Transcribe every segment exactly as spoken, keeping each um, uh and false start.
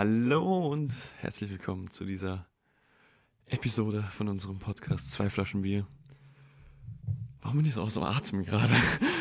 Hallo und herzlich willkommen zu dieser Episode von unserem Podcast Zwei Flaschen Bier. Warum bin ich so aus dem Atem gerade?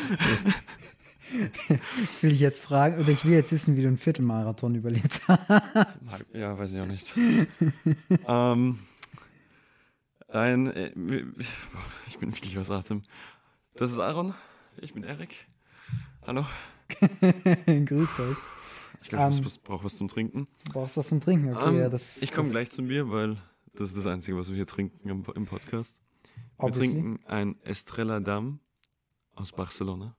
Will ich jetzt fragen, oder ich will jetzt wissen, wie du einen Viertelmarathon überlebt hast. Ja, weiß ich auch nicht. ähm, ein, äh, ich bin wirklich aus Atem. Das ist Aaron, ich bin Erik. Hallo. Grüßt euch. Ich glaube, ich um, brauche was zum Trinken. Brauchst du was zum Trinken? Okay, um, ja, das, ich komme das gleich zum Bier, weil das ist das Einzige, was wir hier trinken im, im Podcast. Wir obviously. trinken ein Estrella Damm aus Barcelona.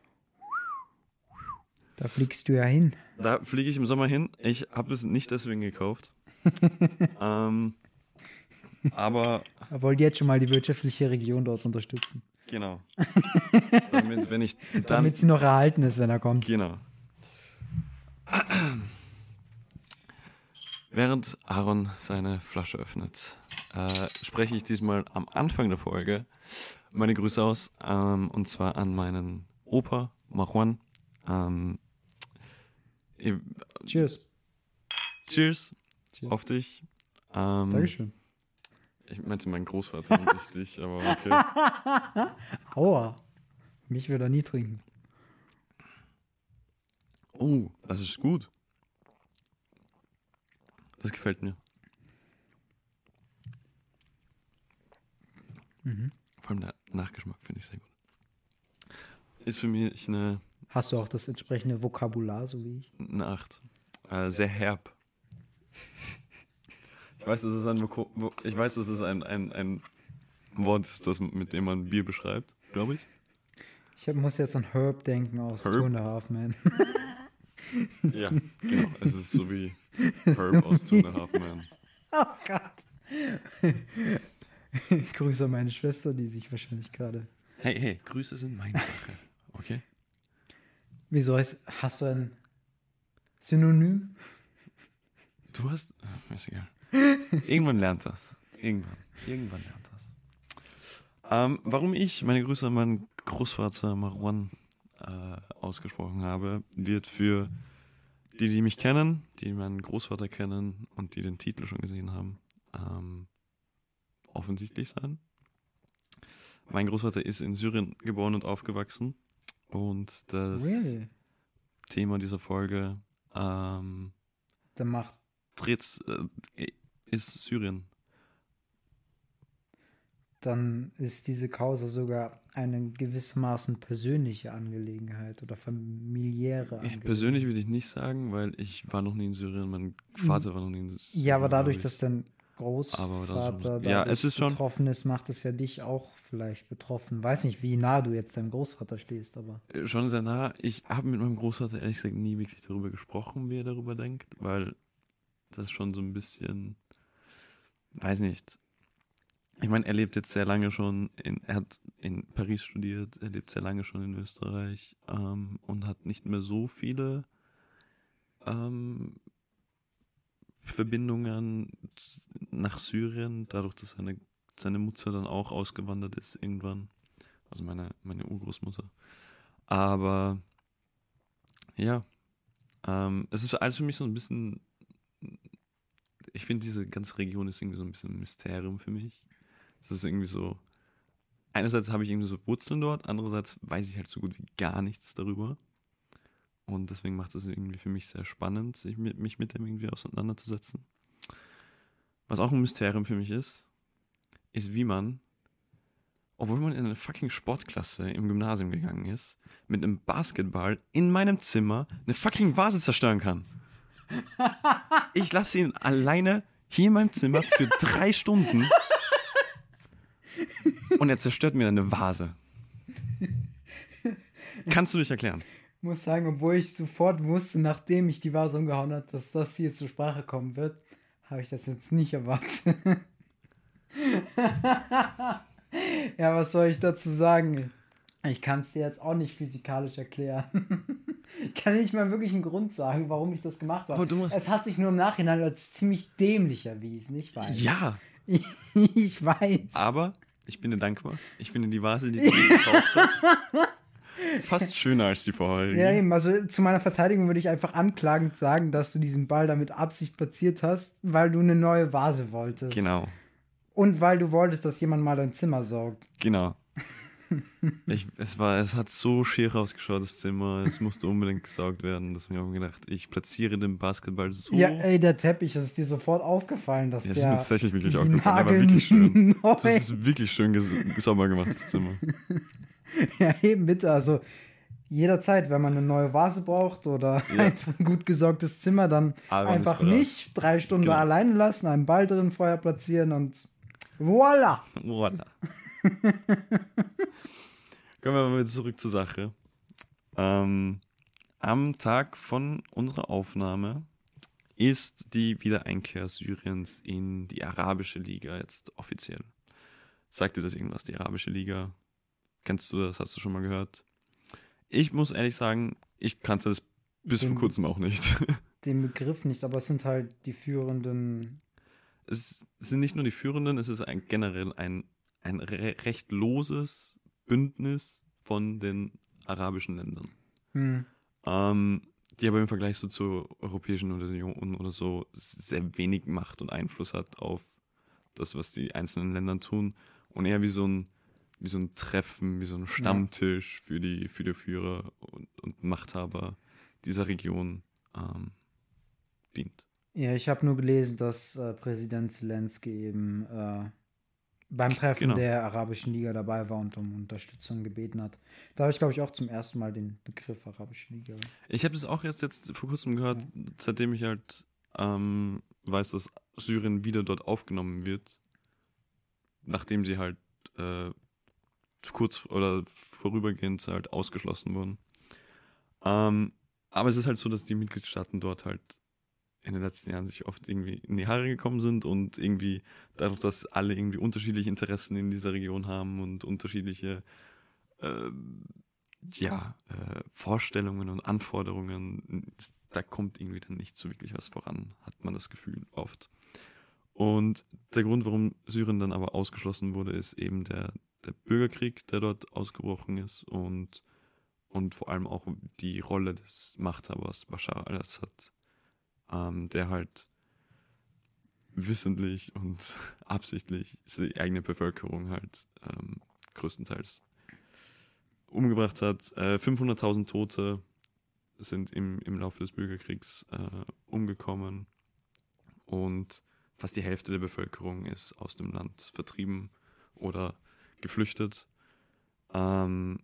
Da fliegst du ja hin. Da fliege ich im Sommer hin. Ich habe es nicht deswegen gekauft. ähm, aber... Er wollte jetzt schon mal die wirtschaftliche Region dort unterstützen. Genau. Damit, wenn ich dann, Damit sie noch erhalten ist, wenn er kommt. Genau. Während Aaron seine Flasche öffnet, äh, spreche ich diesmal am Anfang der Folge meine Grüße aus, ähm, und zwar an meinen Opa, Marwan. Ähm, ich, Cheers. Cheers. Cheers. Auf dich. Ähm, Dankeschön. Ich meinte meinen Großvater und nicht dich, aber okay. Aua. Mich würde er nie trinken. Oh, das ist gut. Das gefällt mir. Mhm. Vor allem der Nachgeschmack finde ich sehr gut. Ist für mich eine... Hast du auch das entsprechende Vokabular, so wie ich? Eine acht. Äh, sehr herb. Ich weiß, das ist ein, Voko- ich weiß, das ist ein, ein, ein Wort, das, mit dem man Bier beschreibt, glaube ich. Ich hab, muss jetzt an Herb denken aus Herb? Two and a Half Men. Ja, genau. Es ist so wie Herb aus Two and a Half Men. Oh Gott. Grüße an meine Schwester, die sich wahrscheinlich gerade... Hey, hey, Grüße sind meine Sache, okay? Wieso heißt, hast du ein Synonym? Du hast... Ist egal. Irgendwann lernt das. Irgendwann. Irgendwann lernt das. Ähm, warum ich meine Grüße an meinen Großvater Marwan äh, ausgesprochen habe, wird für die, die mich kennen, die meinen Großvater kennen und die den Titel schon gesehen haben, ähm, offensichtlich sein. Mein Großvater ist in Syrien geboren und aufgewachsen und das Really? Thema dieser Folge ähm, Der macht dreht, äh, ist Syrien. Dann ist diese Causa sogar eine gewissermaßen persönliche Angelegenheit oder familiäre Angelegenheit. Persönlich würde ich nicht sagen, weil ich war noch nie in Syrien, mein Vater war noch nie in Syrien. Ja, aber dadurch, ich. dass dein Aber das Großvater schon- ja, dadurch es ist schon- betroffen ist, macht es ja dich auch vielleicht betroffen. Weiß nicht, wie nah du jetzt deinem Großvater stehst, aber Schon sehr nah. Ich habe mit meinem Großvater ehrlich gesagt nie wirklich darüber gesprochen, wie er darüber denkt, weil das schon so ein bisschen, weiß nicht. Ich meine, er lebt jetzt sehr lange schon, in, er hat in Paris studiert, er lebt sehr lange schon in Österreich ähm, und hat nicht mehr so viele ähm, Verbindungen nach Syrien, dadurch, dass seine, seine Mutter dann auch ausgewandert ist irgendwann. Also meine, meine Urgroßmutter. Aber ja, ähm, es ist alles für mich so ein bisschen, ich finde, diese ganze Region ist irgendwie so ein bisschen ein Mysterium für mich. Es ist irgendwie so, einerseits habe ich irgendwie so Wurzeln dort, andererseits weiß ich halt so gut wie gar nichts darüber. Und deswegen macht es irgendwie für mich sehr spannend, sich mit, mich mit dem irgendwie auseinanderzusetzen. Was auch ein Mysterium für mich ist, ist, wie man, obwohl man in eine fucking Sportklasse im Gymnasium gegangen ist, mit einem Basketball in meinem Zimmer eine fucking Vase zerstören kann. Ich lasse ihn alleine hier in meinem Zimmer für drei Stunden und er zerstört mir eine Vase. Kannst du dich erklären? ich muss sagen, obwohl ich sofort wusste, nachdem ich die Vase umgehauen habe, dass das hier zur Sprache kommen wird, habe ich das jetzt nicht erwartet. Ja, was soll ich dazu sagen? Ich kann es dir jetzt auch nicht physikalisch erklären. Ich kann nicht mal wirklich einen Grund sagen, warum ich das gemacht habe. Es hat sich nur im Nachhinein als ziemlich dämlich erwiesen, ich weiß. Ja. Ich weiß. Aber ich bin dir dankbar. Ich finde die Vase, die du mir gekauft hast, fast schöner als die vorherige. Ja, eben. Also zu meiner Verteidigung würde ich einfach anklagend sagen, dass du diesen Ball da mit Absicht platziert hast, weil du eine neue Vase wolltest. Genau. Und weil du wolltest, dass jemand mal dein Zimmer saugt. Genau. Ich, es, war, es hat so schier ausgeschaut, das Zimmer. Es musste unbedingt gesaugt werden. Das habe ich mir gedacht, ich platziere den Basketball so. Ja, ey, der Teppich, das ist dir sofort aufgefallen, dass ja, der... Das ist mir tatsächlich wirklich aufgefallen. Der war wirklich schön. Neu. Das ist wirklich schön ges- sauber gemacht, das Zimmer. Ja, eben, bitte. Also jederzeit, wenn man eine neue Vase braucht oder ja. ein gut gesorgtes Zimmer, dann Aber einfach nicht drei Stunden genau. alleine lassen, einen Ball drin vorher platzieren und voila! Voila. Kommen wir mal wieder zurück zur Sache. Ähm, am Tag von unserer Aufnahme ist die Wiedereinkehr Syriens in die Arabische Liga jetzt offiziell. Sagt dir das irgendwas, die Arabische Liga? Kennst du das? Hast du schon mal gehört? Ich muss ehrlich sagen, ich kannte das bis den, vor kurzem auch nicht. Den Begriff nicht, aber es sind halt die führenden... Es sind nicht nur die führenden, es ist ein, generell ein, ein re- recht loses Bündnis von den arabischen Ländern. Hm. Ähm, die aber im Vergleich so zur Europäischen Union oder so sehr wenig Macht und Einfluss hat auf das, was die einzelnen Länder tun. Und eher wie so ein, wie so ein Treffen, wie so ein Stammtisch ja. für die, für die Führer und, und Machthaber dieser Region ähm, dient. Ja, ich habe nur gelesen, dass äh, Präsident Zelensky eben äh, beim Treffen genau. der Arabischen Liga dabei war und um Unterstützung gebeten hat. Da habe ich, glaube ich, auch zum ersten Mal den Begriff Arabische Liga. Ich habe das auch erst jetzt vor kurzem gehört, ja. seitdem ich halt ähm, weiß, dass Syrien wieder dort aufgenommen wird, nachdem sie halt äh, kurz oder vorübergehend halt ausgeschlossen wurden. Ähm, aber es ist halt so, dass die Mitgliedstaaten dort halt in den letzten Jahren sich oft irgendwie in die Haare gekommen sind und irgendwie dadurch, dass alle irgendwie unterschiedliche Interessen in dieser Region haben und unterschiedliche äh, ja, äh, Vorstellungen und Anforderungen, da kommt irgendwie dann nicht so wirklich was voran, hat man das Gefühl oft. Und der Grund, warum Syrien dann aber ausgeschlossen wurde, ist eben der, der Bürgerkrieg, der dort ausgebrochen ist und, und vor allem auch die Rolle des Machthabers Bashar al-Assad, Ähm, der halt wissentlich und absichtlich die eigene Bevölkerung halt ähm, größtenteils umgebracht hat. Äh, fünfhunderttausend Tote sind im, im Laufe des Bürgerkriegs äh, umgekommen und fast die Hälfte der Bevölkerung ist aus dem Land vertrieben oder geflüchtet. Ähm,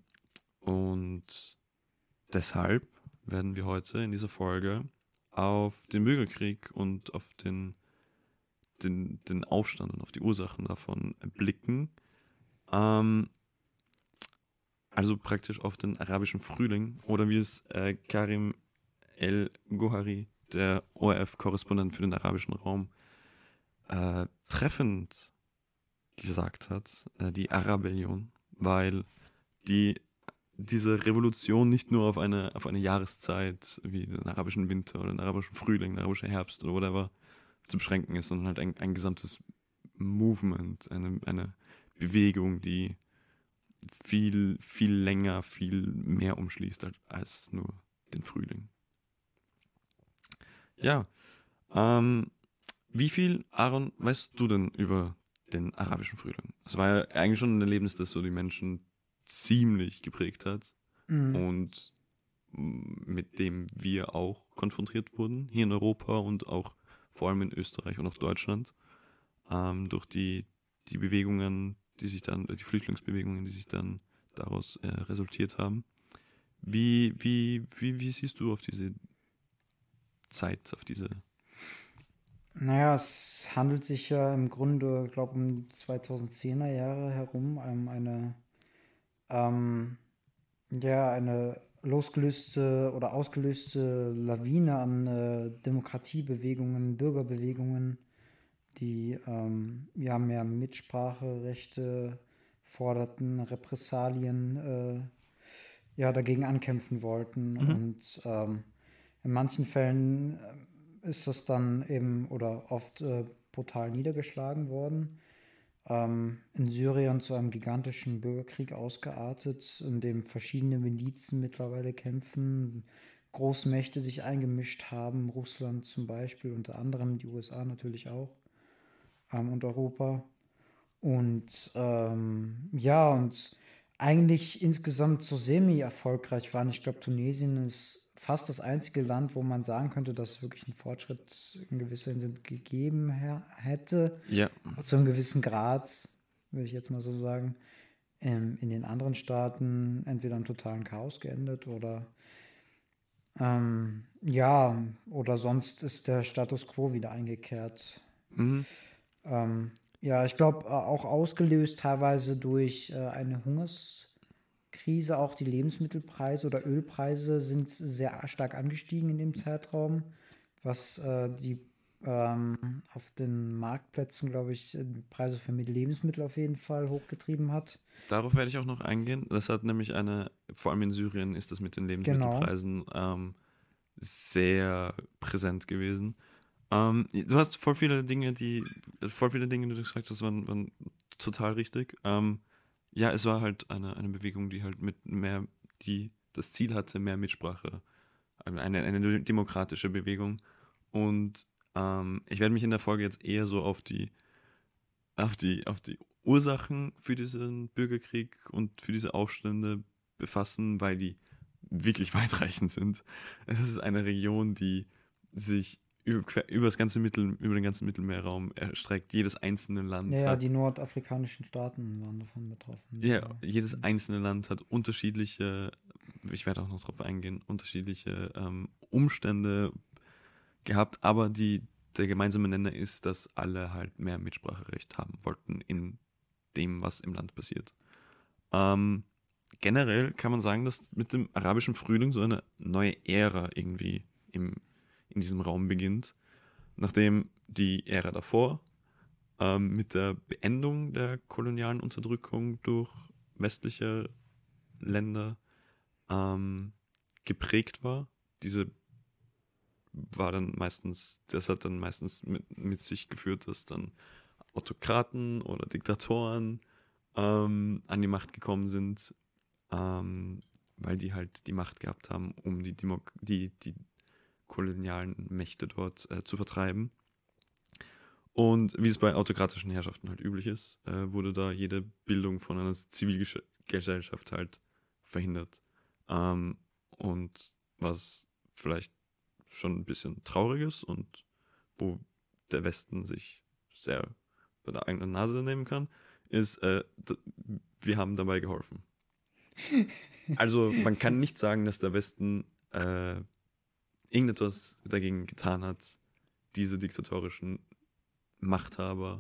und deshalb werden wir heute in dieser Folge auf den Bürgerkrieg und auf den, den, den Aufstand und auf die Ursachen davon blicken. Ähm, also praktisch auf den arabischen Frühling oder wie es äh, Karim El-Gohari, der O R F-Korrespondent für den arabischen Raum, äh, treffend gesagt hat, äh, die Arabellion, weil die diese Revolution nicht nur auf eine, auf eine Jahreszeit wie den arabischen Winter oder den arabischen Frühling, den arabischen Herbst oder whatever zu beschränken ist, sondern halt ein, ein gesamtes Movement, eine, eine Bewegung, die viel, viel länger, viel mehr umschließt als, als nur den Frühling. Ja, ähm, wie viel, Aaron, weißt du denn über den arabischen Frühling? Es war ja eigentlich schon ein Erlebnis, das so die Menschen ziemlich geprägt hat mhm. und mit dem wir auch konfrontiert wurden, hier in Europa und auch vor allem in Österreich und auch Deutschland, ähm, durch die, die Bewegungen, die sich dann, die Flüchtlingsbewegungen, die sich dann daraus äh, resultiert haben. Wie, wie, wie, wie siehst du auf diese Zeit, auf diese... Naja, es handelt sich ja im Grunde, glaube ich, um die zweitausendzehner Jahre herum, um eine Ähm, ja, eine losgelöste oder ausgelöste Lawine an äh, Demokratiebewegungen, Bürgerbewegungen, die ähm, ja mehr Mitspracherechte forderten, Repressalien äh, ja dagegen ankämpfen wollten. Mhm. Und ähm, in manchen Fällen ist das dann eben oder oft äh, brutal niedergeschlagen worden. ähm, in Syrien zu einem gigantischen Bürgerkrieg ausgeartet, in dem verschiedene Milizen mittlerweile kämpfen, Großmächte sich eingemischt haben, Russland zum Beispiel, unter anderem die U S A natürlich auch, ähm, und Europa. Und ähm, ja, und eigentlich insgesamt so semi-erfolgreich waren. Ich glaube, Tunesien ist fast das einzige Land, wo man sagen könnte, dass es wirklich einen Fortschritt in gewisser Hinsicht gegeben hätte. Ja. Zu einem gewissen Grad, würde ich jetzt mal so sagen. Ähm, in den anderen Staaten entweder im totalen Chaos geendet oder ähm, ja, oder sonst ist der Status quo wieder eingekehrt. Mhm. Ähm, ja, ich glaube, auch ausgelöst teilweise durch äh, eine Hungerskrise. Auch die Lebensmittelpreise oder Ölpreise sind sehr stark angestiegen in dem Zeitraum, was äh, die ähm, auf den Marktplätzen, glaube ich, die Preise für Lebensmittel auf jeden Fall hochgetrieben hat. Darauf werde ich auch noch eingehen. Das hat nämlich eine, vor allem in Syrien ist das mit den Lebensmittelpreisen genau. ähm, sehr präsent gewesen. Ähm, du hast voll viele Dinge, die, voll viele Dinge, die du gesagt hast, waren, waren total richtig. Ähm, ja, es war halt eine, eine Bewegung, die halt mit mehr, die das Ziel hatte, mehr Mitsprache. Eine, eine demokratische Bewegung. Und ähm, ich werde mich in der Folge jetzt eher so auf die, auf die, auf die Ursachen für diesen Bürgerkrieg und für diese Aufstände befassen, weil die wirklich weitreichend sind. Es ist eine Region, die sich über, über das ganze Mittel, über den ganzen Mittelmeerraum erstreckt. Jedes einzelne Land ja, ja, hat. Die nordafrikanischen Staaten waren davon betroffen. Ja, jedes einzelne Land hat unterschiedliche, ich werde auch noch darauf eingehen, unterschiedliche ähm, Umstände gehabt, aber die, der gemeinsame Nenner ist, dass alle halt mehr Mitspracherecht haben wollten in dem, was im Land passiert. Ähm, generell kann man sagen, dass mit dem arabischen Frühling so eine neue Ära irgendwie im, in diesem Raum beginnt, nachdem die Ära davor ähm, mit der Beendung der kolonialen Unterdrückung durch westliche Länder ähm, geprägt war. Diese war dann meistens, das hat dann meistens mit, mit sich geführt, dass dann Autokraten oder Diktatoren ähm, an die Macht gekommen sind, ähm, weil die halt die Macht gehabt haben, um die, Demok die, die kolonialen Mächte dort äh, zu vertreiben. Und wie es bei autokratischen Herrschaften halt üblich ist, äh, wurde da jede Bildung von einer Zivilgesellschaft halt verhindert. Ähm, und was vielleicht schon ein bisschen traurig ist und wo der Westen sich sehr bei der eigenen Nase nehmen kann, ist, äh, d- wir haben dabei geholfen. Also man kann nicht sagen, dass der Westen äh, irgendetwas dagegen getan hat, diese diktatorischen Machthaber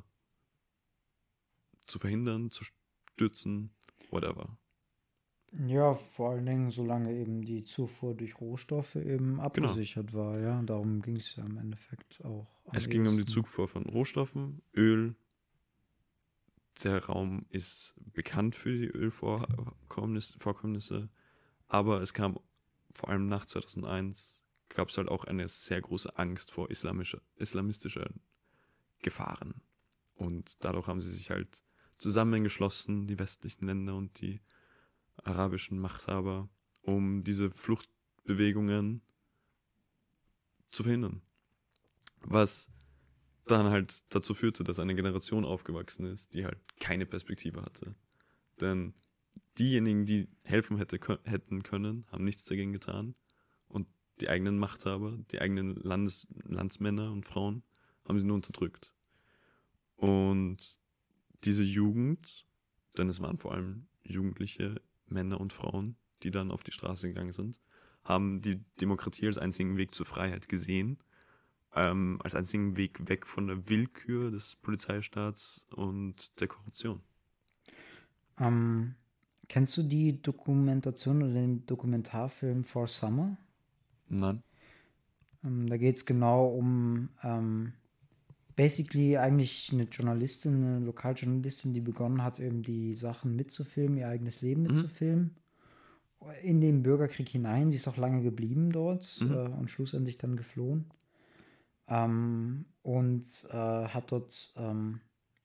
zu verhindern, zu stürzen, whatever. Ja, vor allen Dingen, solange eben die Zufuhr durch Rohstoffe eben abgesichert genau. war, ja. Darum ging es ja im Endeffekt auch. Es ging um die Zufuhr von Rohstoffen, Öl. Der Raum ist bekannt für die Ölvorkommnisse, aber es kam vor allem nach zweitausendeins, gab es halt auch eine sehr große Angst vor islamischer, islamistischen Gefahren. Und dadurch haben sie sich halt zusammengeschlossen, die westlichen Länder und die arabischen Machthaber, um diese Fluchtbewegungen zu verhindern. Was dann halt dazu führte, dass eine Generation aufgewachsen ist, die halt keine Perspektive hatte. Denn diejenigen, die helfen hätte, hätten können, haben nichts dagegen getan. Und die eigenen Machthaber, die eigenen Landes Landsmänner und Frauen haben sie nur unterdrückt. Und diese Jugend, denn es waren vor allem jugendliche Männer und Frauen, die dann auf die Straße gegangen sind, haben die Demokratie als einzigen Weg zur Freiheit gesehen, ähm, als einzigen Weg weg von der Willkür des Polizeistaats und der Korruption. Ähm, kennst du die Dokumentation oder den Dokumentarfilm For Summer? Nein. Ähm, da geht es genau um ähm, basically eigentlich eine Journalistin, eine Lokaljournalistin, die begonnen hat, eben die Sachen mitzufilmen, ihr eigenes Leben mitzufilmen. Mhm. In den Bürgerkrieg hinein. Sie ist auch lange geblieben dort mhm. äh, und schlussendlich dann geflohen. Ähm, und äh, hat dort ähm,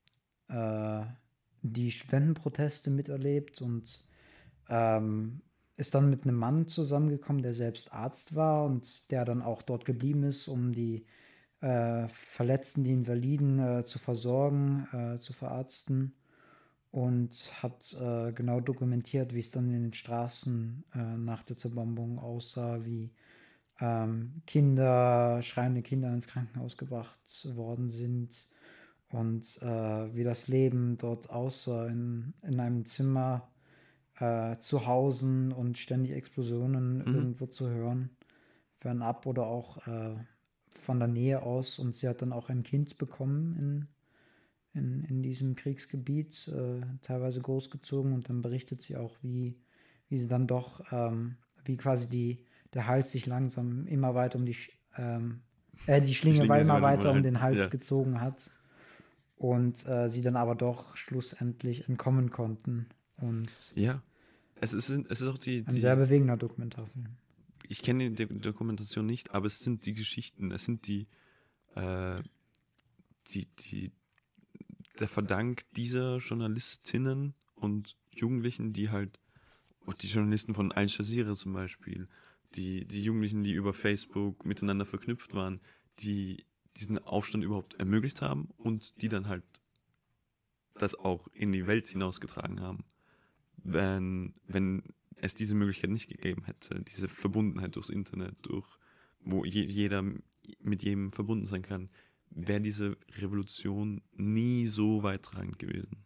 äh, die Studentenproteste miterlebt und ähm, ist dann mit einem Mann zusammengekommen, der selbst Arzt war und der dann auch dort geblieben ist, um die äh, Verletzten, die Invaliden äh, zu versorgen, äh, zu verarzten und hat äh, genau dokumentiert, wie es dann in den Straßen äh, nach der Zerbombung aussah, wie ähm, Kinder, schreiende Kinder ins Krankenhaus gebracht worden sind und äh, wie das Leben dort aussah in, in einem Zimmer äh, zu Hause und ständig Explosionen Mhm. irgendwo zu hören, fernab oder auch äh, von der Nähe aus. Und sie hat dann auch ein Kind bekommen in, in, in diesem Kriegsgebiet, äh, teilweise großgezogen. Und dann berichtet sie auch, wie, wie sie dann doch, ähm, wie quasi die, der Hals sich langsam immer weiter um die, ähm, äh, die Schlinge, Die Schlinge war ist immer weiter weiter um den halten. Hals Ja. gezogen hat. Und äh, sie dann aber doch schlussendlich entkommen konnten. Und Ja. Es ist, es ist auch die, ein die sehr bewegender Dokumentarfilm. Ich kenne die Dokumentation nicht, aber es sind die Geschichten, es sind die, äh, die, die, der Verdank dieser Journalistinnen und Jugendlichen, die halt, die Journalisten von Al Jazeera zum Beispiel, die, die Jugendlichen, die über Facebook miteinander verknüpft waren, die diesen Aufstand überhaupt ermöglicht haben und die dann halt das auch in die Welt hinausgetragen haben. Wenn, wenn es diese Möglichkeit nicht gegeben hätte, diese Verbundenheit durchs Internet, durch wo je, jeder mit jedem verbunden sein kann, wäre diese Revolution nie so weittragend gewesen.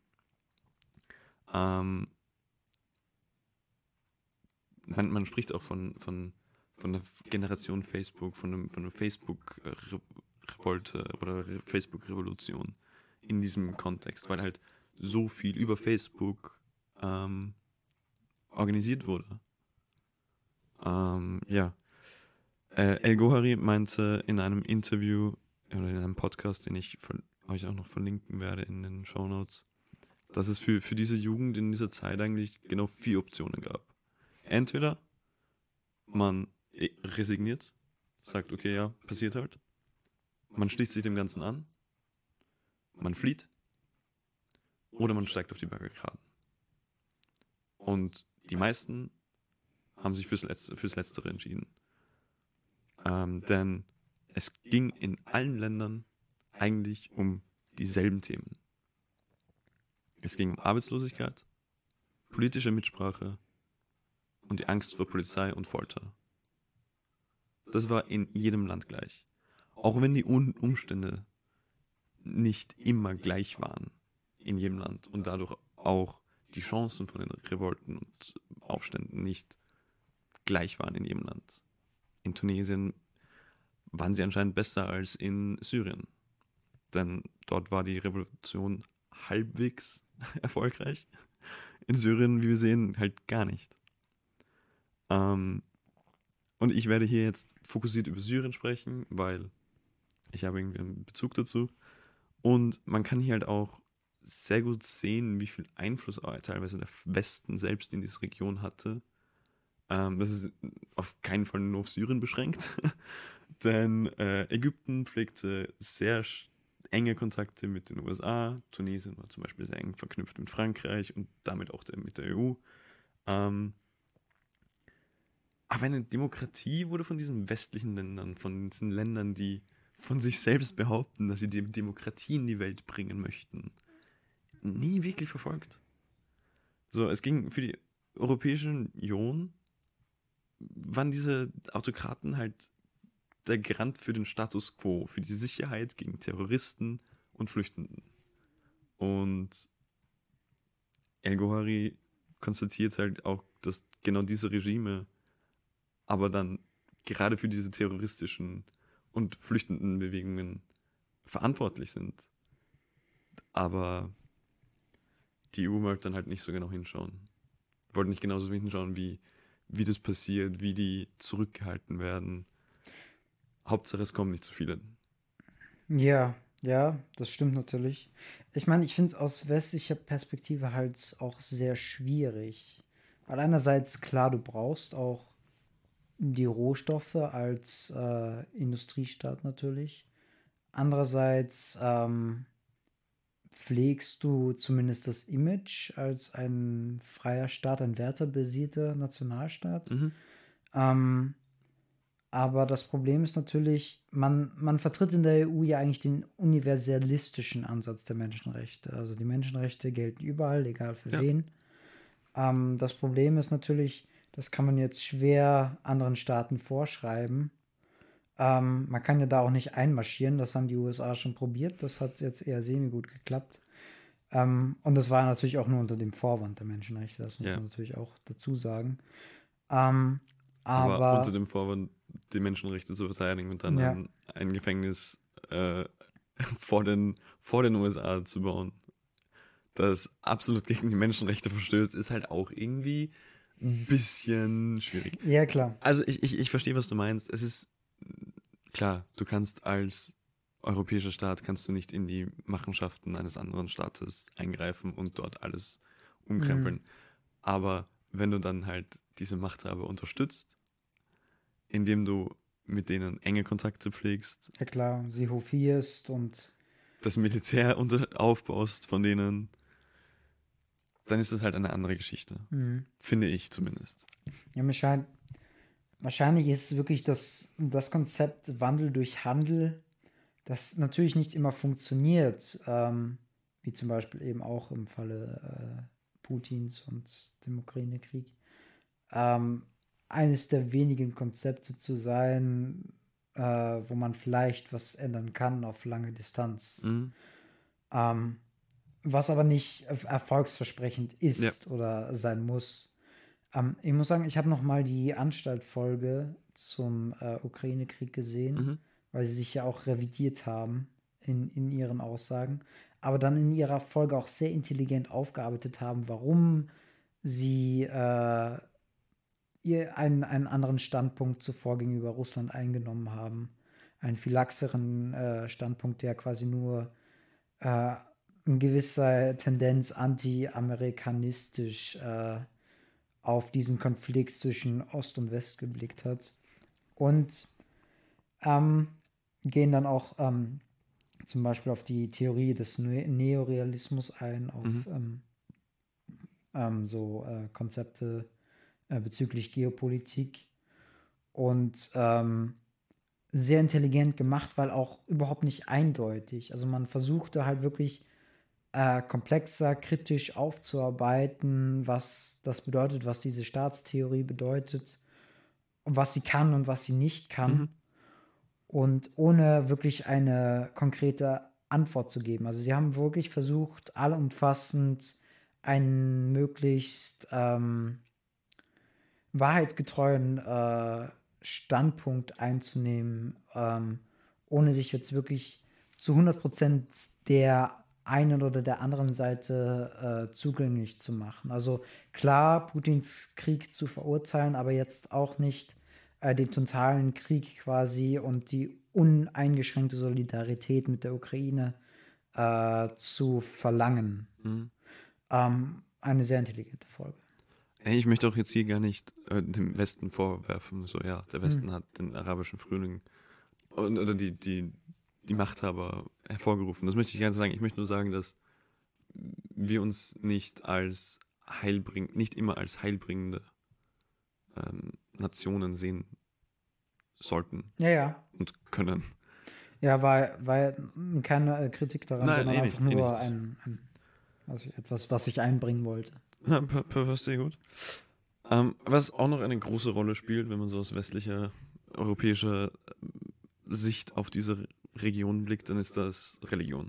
Ähm, man, man spricht auch von, von, von der Generation Facebook, von einem, von einer Facebook-Revolte oder Facebook-Revolution in diesem Kontext, weil halt so viel über Facebook ähm, organisiert wurde. Ähm, ja. Äh, El Gohari meinte in einem Interview oder in einem Podcast, den ich von euch auch noch verlinken werde in den Shownotes, dass es für, für diese Jugend in dieser Zeit eigentlich genau vier Optionen gab. Entweder man resigniert, sagt, okay, ja, passiert halt. Man schließt sich dem Ganzen an, man flieht oder man steigt auf die Barrikaden. Und die meisten haben sich fürs Letzte, fürs Letztere entschieden. Ähm, denn es ging in allen Ländern eigentlich um dieselben Themen. Es ging um Arbeitslosigkeit, politische Mitsprache und die Angst vor Polizei und Folter. Das war in jedem Land gleich. Auch wenn die Umstände nicht immer gleich waren in jedem Land und dadurch auch die Chancen von den Revolten und Aufständen nicht gleich waren in jedem Land. In Tunesien waren sie anscheinend besser als in Syrien. Denn dort war die Revolution halbwegs erfolgreich. In Syrien, wie wir sehen, halt gar nicht. Ähm, und ich werde hier jetzt fokussiert über Syrien sprechen, weil ich habe irgendwie einen Bezug dazu. Und man kann hier halt auch sehr gut sehen, wie viel Einfluss teilweise der Westen selbst in diese Region hatte. Ähm, das ist auf keinen Fall nur auf Syrien beschränkt. Denn äh, Ägypten pflegte sehr enge Kontakte mit den U S A. Tunesien war zum Beispiel sehr eng verknüpft mit Frankreich und damit auch der, mit der E U. Ähm, aber eine Demokratie wurde von diesen westlichen Ländern, von diesen Ländern, die von sich selbst behaupten, dass sie die Demokratie in die Welt bringen möchten, nie wirklich verfolgt. So, es ging für die Europäische Union, waren diese Autokraten halt der Garant für den Status quo, für die Sicherheit gegen Terroristen und Flüchtenden. Und El Gohari konstatiert halt auch, dass genau diese Regime aber dann gerade für diese terroristischen und flüchtenden Bewegungen verantwortlich sind. Aber die E U mag dann halt nicht so genau hinschauen. Wollten nicht genauso hinschauen, wie, wie das passiert, wie die zurückgehalten werden. Hauptsache, es kommen nicht zu viele. Ja, ja, das stimmt natürlich. Ich meine, ich finde es aus westlicher Perspektive halt auch sehr schwierig. Weil einerseits, klar, du brauchst auch die Rohstoffe als äh, Industriestaat natürlich. Andererseits ähm, pflegst du zumindest das Image als ein freier Staat, ein wertebasierter Nationalstaat. Mhm. Ähm, aber das Problem ist natürlich, man, man vertritt in der E U ja eigentlich den universalistischen Ansatz der Menschenrechte. Also die Menschenrechte gelten überall, egal für Ja. wen. Ähm, das Problem ist natürlich, das kann man jetzt schwer anderen Staaten vorschreiben. Ähm, man kann ja da auch nicht einmarschieren, das haben die U S A schon probiert, das hat jetzt eher semi-gut geklappt. Ähm, und das war natürlich auch nur unter dem Vorwand der Menschenrechte, das muss Ja. man natürlich auch dazu sagen. Ähm, aber, aber unter dem Vorwand, die Menschenrechte zu verteidigen und dann Ja. ein, ein Gefängnis äh, vor, den, vor den U S A zu bauen, das absolut gegen die Menschenrechte verstößt, ist halt auch irgendwie ein bisschen schwierig. ja, klar. Also ich, ich, ich verstehe, was du meinst. Es ist klar, du kannst als europäischer Staat kannst du nicht in die Machenschaften eines anderen Staates eingreifen und dort alles umkrempeln. Aber wenn du dann halt diese Machthaber unterstützt, indem du mit denen enge Kontakte pflegst, Ja, klar, sie hofierst und das Militär unter aufbaust von denen, dann ist das halt eine andere Geschichte. Mhm. Finde ich zumindest. ja, mir scheint, wahrscheinlich ist es wirklich das, das Konzept Wandel durch Handel, das natürlich nicht immer funktioniert, ähm, wie zum Beispiel eben auch im Falle äh, Putins und dem Ukraine-Krieg. Ähm, eines der wenigen Konzepte zu sein, äh, wo man vielleicht was ändern kann auf lange Distanz. Mhm. Ähm, was aber nicht erfolgsversprechend ist Ja. oder sein muss. Ähm, ich muss sagen, ich habe noch mal die Anstaltfolge zum äh, Ukraine-Krieg gesehen, Mhm. weil sie sich ja auch revidiert haben in, in ihren Aussagen, aber dann in ihrer Folge auch sehr intelligent aufgearbeitet haben, warum sie äh, ihr einen, einen anderen Standpunkt zuvor gegenüber Russland eingenommen haben. Einen viel laxeren äh, Standpunkt, der quasi nur äh, in gewisser Tendenz anti-amerikanistisch äh, auf diesen Konflikt zwischen Ost und West geblickt hat. Und ähm, gehen dann auch ähm, zum Beispiel auf die Theorie des Ne- Neorealismus ein, auf Mhm. ähm, ähm, so äh, Konzepte äh, bezüglich Geopolitik. Und ähm, sehr intelligent gemacht, weil auch überhaupt nicht eindeutig. Also man versuchte halt wirklich äh, komplexer, kritisch aufzuarbeiten, was das bedeutet, was diese Staatstheorie bedeutet, was sie kann und was sie nicht kann. Mhm. Und ohne wirklich eine konkrete Antwort zu geben. Also sie haben wirklich versucht, allumfassend einen möglichst ähm, wahrheitsgetreuen äh, Standpunkt einzunehmen, ähm, ohne sich jetzt wirklich zu hundert Prozent der einen oder der anderen Seite äh, zugänglich zu machen. Also klar, Putins Krieg zu verurteilen, aber jetzt auch nicht äh, den totalen Krieg quasi und die uneingeschränkte Solidarität mit der Ukraine äh, zu verlangen. Mhm. Ähm, eine sehr intelligente Folge. Hey, ich möchte auch jetzt hier gar nicht äh, dem Westen vorwerfen, so ja, der Westen Hm. hat den arabischen Frühling und, oder die, die, die Machthaber hervorgerufen. Das möchte ich gar nicht sagen. Ich möchte nur sagen, dass wir uns nicht als heilbring, nicht immer als heilbringende ähm, Nationen sehen sollten Ja, ja. und können. Ja, war, war keine äh, Kritik daran, Nein, sondern eh einfach nicht, eh nur nicht. ein, ein also etwas, was ich einbringen wollte. Na, per, per, sehr gut. Ähm, was auch noch eine große Rolle spielt, wenn man so aus westlicher, europäischer Sicht auf diese Region blickt, dann ist das Religion.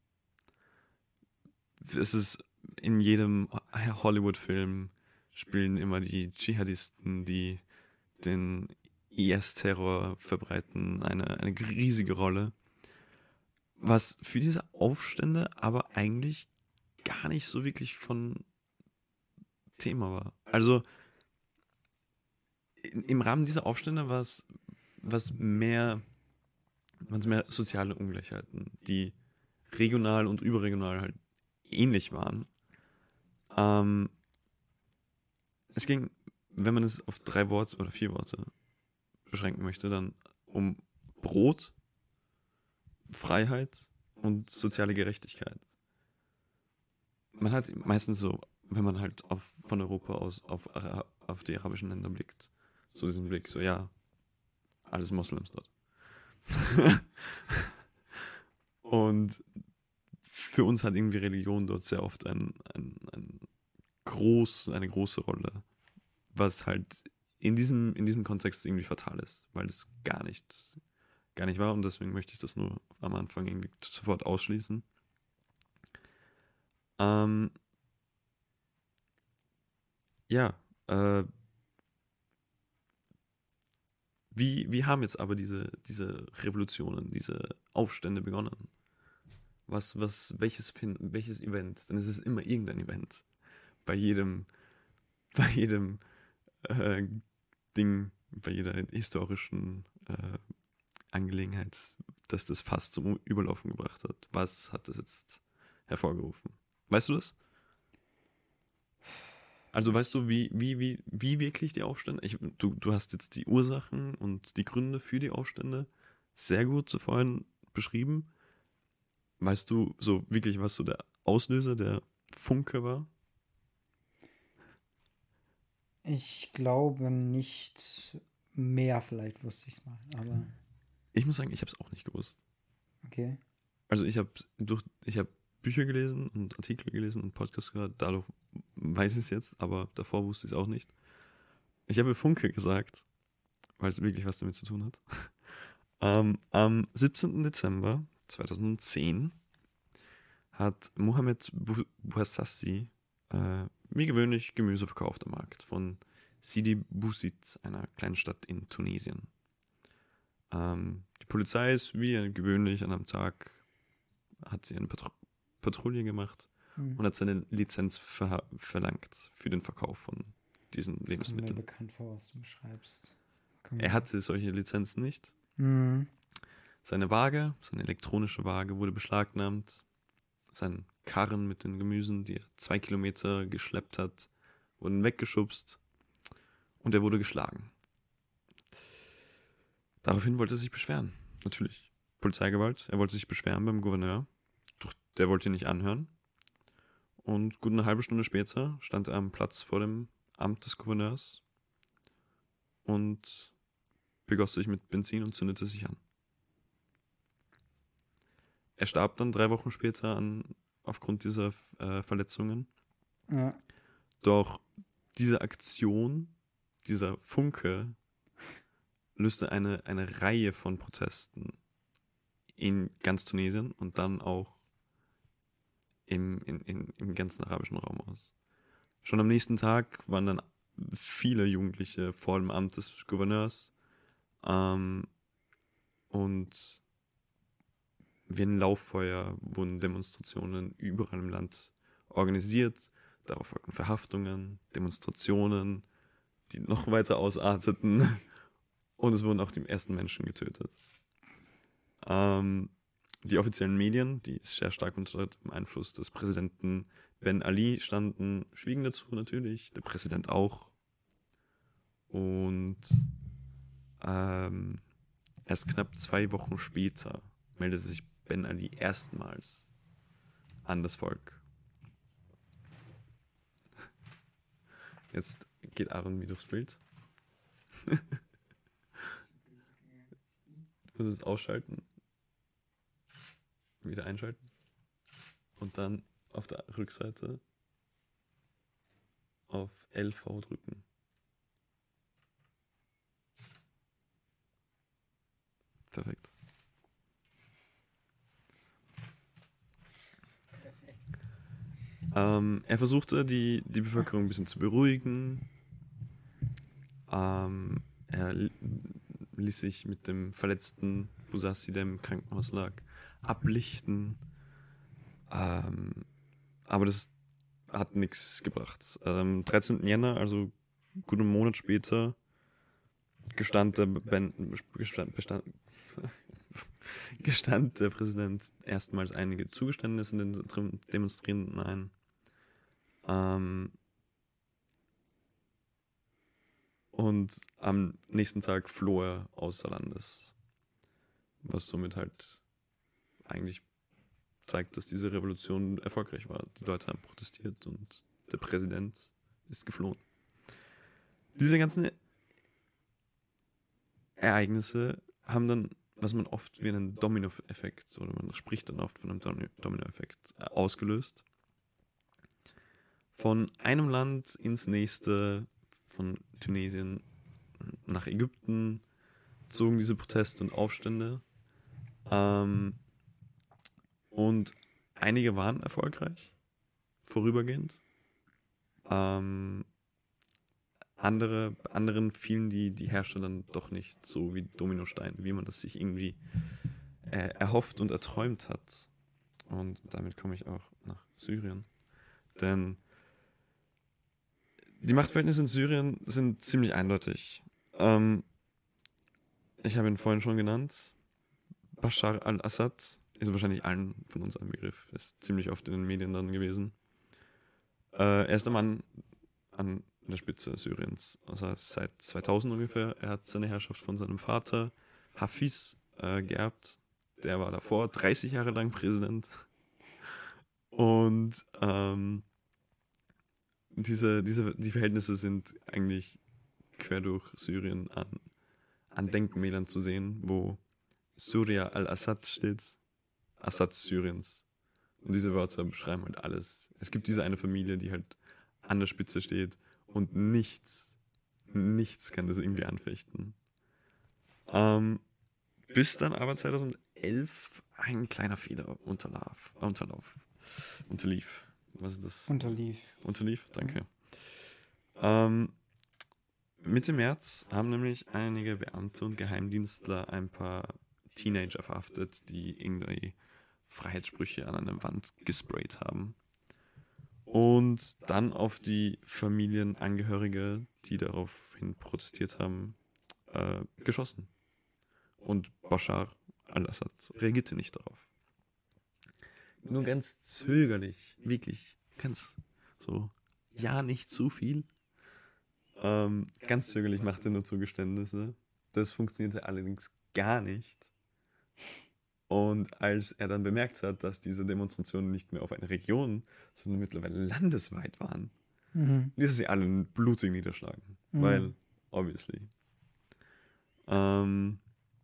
Es ist in jedem Hollywood-Film spielen immer die Dschihadisten, die den I S-Terror verbreiten, eine, eine riesige Rolle. Was für diese Aufstände aber eigentlich gar nicht so wirklich von Thema war. Also im Rahmen dieser Aufstände war es was mehr, waren es mehr soziale Ungleichheiten, die regional und überregional halt ähnlich waren. Ähm, es ging, wenn man es auf drei Worte oder vier Worte beschränken möchte, dann um Brot, Freiheit und soziale Gerechtigkeit. man hat meistens so, wenn man halt auf, von Europa aus auf, Ara- auf die arabischen Länder blickt, so diesen Blick, so ja, alles Moslems dort. Und für uns hat irgendwie Religion dort sehr oft ein, ein, ein groß, eine große Rolle, was halt in diesem, in diesem Kontext irgendwie fatal ist, weil es gar nicht, gar nicht war und deswegen möchte ich das nur am Anfang irgendwie sofort ausschließen. Ähm, ja, äh, wie, wie haben jetzt aber diese, diese Revolutionen, diese Aufstände begonnen? Was, was, welches, fin- welches Event? Dann ist es immer irgendein Event. Bei jedem, bei jedem äh, Ding, bei jeder historischen äh, Angelegenheit, dass das fast zum Überlaufen gebracht hat. Was hat das jetzt hervorgerufen? Weißt du das? Also weißt du, wie, wie, wie, wie wirklich die Aufstände, ich, du, du hast jetzt die Ursachen und die Gründe für die Aufstände sehr gut so vorhin beschrieben. Weißt du so wirklich, was so der Auslöser, der Funke war? Ich glaube nicht mehr, vielleicht wusste ich es mal, aber Ich muss sagen, ich habe es auch nicht gewusst. okay. Also ich habe durch, ich habe Bücher gelesen und Artikel gelesen und Podcasts gehört, dadurch weiß ich es jetzt, aber davor wusste ich es auch nicht. Ich habe Funke gesagt, weil es wirklich was damit zu tun hat. Ähm, am siebzehnten Dezember zweitausendzehn hat Mohamed Bu- Bouazizi äh, wie gewöhnlich Gemüse verkauft am Markt von Sidi Bouzid, einer kleinen Stadt in Tunesien. Ähm, die Polizei ist wie gewöhnlich an einem Tag, hat sie eine Patr Patrouille gemacht Hm. und hat seine Lizenz ver verlangt für den Verkauf von diesen Das kommt mir Lebensmitteln. bekannt vor, was du beschreibst. Komm. Er hatte solche Lizenzen nicht. Hm. Seine Waage, seine elektronische Waage wurde beschlagnahmt. Sein Karren mit den Gemüsen, die er zwei Kilometer geschleppt hat, wurden weggeschubst und er wurde geschlagen. Daraufhin wollte er sich beschweren. Natürlich. Polizeigewalt. Er wollte sich beschweren beim Gouverneur. Doch der wollte ihn nicht anhören. Und gut eine halbe Stunde später stand er am Platz vor dem Amt des Gouverneurs und begoss sich mit Benzin und zündete sich an. Er starb dann drei Wochen später an, aufgrund dieser äh, Verletzungen. Ja. Doch diese Aktion, dieser Funke, löste eine, eine Reihe von Protesten in ganz Tunesien und dann auch im, in, in, im ganzen arabischen Raum aus. Schon am nächsten Tag waren dann viele Jugendliche vor dem Amt des Gouverneurs ähm, und wie ein Lauffeuer wurden Demonstrationen überall im Land organisiert. Darauf folgten Verhaftungen, Demonstrationen, die noch weiter ausarteten und es wurden auch die ersten Menschen getötet. Ähm, die offiziellen Medien, die sehr stark unter dem Einfluss des Präsidenten Ben Ali standen, schwiegen dazu natürlich, der Präsident auch. Und ähm, erst knapp zwei Wochen später meldete sich Ben Ali erstmals an das Volk. Jetzt geht Aaron mir durchs Bild. Du musst es ausschalten. Wieder einschalten. Und dann auf der Rückseite auf L V drücken. Perfekt. Ähm, er versuchte, die, die Bevölkerung ein bisschen zu beruhigen. Ähm, er ließ sich mit dem verletzten Bouazizi, der im Krankenhaus lag, ablichten. Ähm, aber das hat nichts gebracht. Am ähm, dreizehnten Jänner, also gut einen Monat später, gestand der, ben, gestand, bestand, gestand der Präsident erstmals einige Zugeständnisse den Demonstrierenden ein. Ähm, und am nächsten Tag floh er außer Landes. Was somit halt eigentlich zeigt, dass diese Revolution erfolgreich war. Die Leute haben protestiert und der Präsident ist geflohen. Diese ganzen Ereignisse haben dann, was man oft wie einen Domino-Effekt, oder man spricht dann oft von einem Domino-Effekt, ausgelöst. Von einem Land ins nächste, von Tunesien nach Ägypten, zogen diese Proteste und Aufstände. Ähm, und einige waren erfolgreich, vorübergehend. Ähm, andere, anderen fielen die, die Herrscher dann doch nicht so wie Dominosteine, wie man das sich irgendwie äh, erhofft und erträumt hat. Und damit komme ich auch nach Syrien. Denn die Machtverhältnisse in Syrien sind ziemlich eindeutig. Ähm, ich habe ihn vorhin schon genannt. Bashar al-Assad ist wahrscheinlich allen von uns ein Begriff. Ist ziemlich oft in den Medien dann gewesen. Äh, er ist der Mann an der Spitze Syriens. Also seit zweitausend ungefähr. Er hat seine Herrschaft von seinem Vater Hafiz äh, geerbt. Der war davor dreißig Jahre lang Präsident. Und ähm, diese, diese, die Verhältnisse sind eigentlich quer durch Syrien an, an Denkmälern zu sehen, wo Surya al-Assad steht, Assad Syriens. Und diese Wörter beschreiben halt alles. Es gibt diese eine Familie, die halt an der Spitze steht und nichts, nichts kann das irgendwie anfechten. Ähm, bis dann aber zweitausendelf ein kleiner Fehler unterlauf, unterlauf, unterlief. Was ist das? Unterlief. Unterlief, danke. Mhm. Ähm, Mitte März haben nämlich einige Beamte und Geheimdienstler ein paar Teenager verhaftet, die irgendwie Freiheitssprüche an einer Wand gesprayt haben. Und dann auf die Familienangehörige, die daraufhin protestiert haben, äh, geschossen. Und Bashar al-Assad reagierte nicht darauf. Nur ganz zögerlich, wirklich, ganz so, ja, nicht zu viel. Ähm, ganz zögerlich machte er nur Zugeständnisse. Das funktionierte allerdings gar nicht. Und als er dann bemerkt hat, dass diese Demonstrationen nicht mehr auf eine Region, sondern mittlerweile landesweit waren, mhm. ließ er sie alle blutig niederschlagen. Mhm. Weil, obviously. Ähm,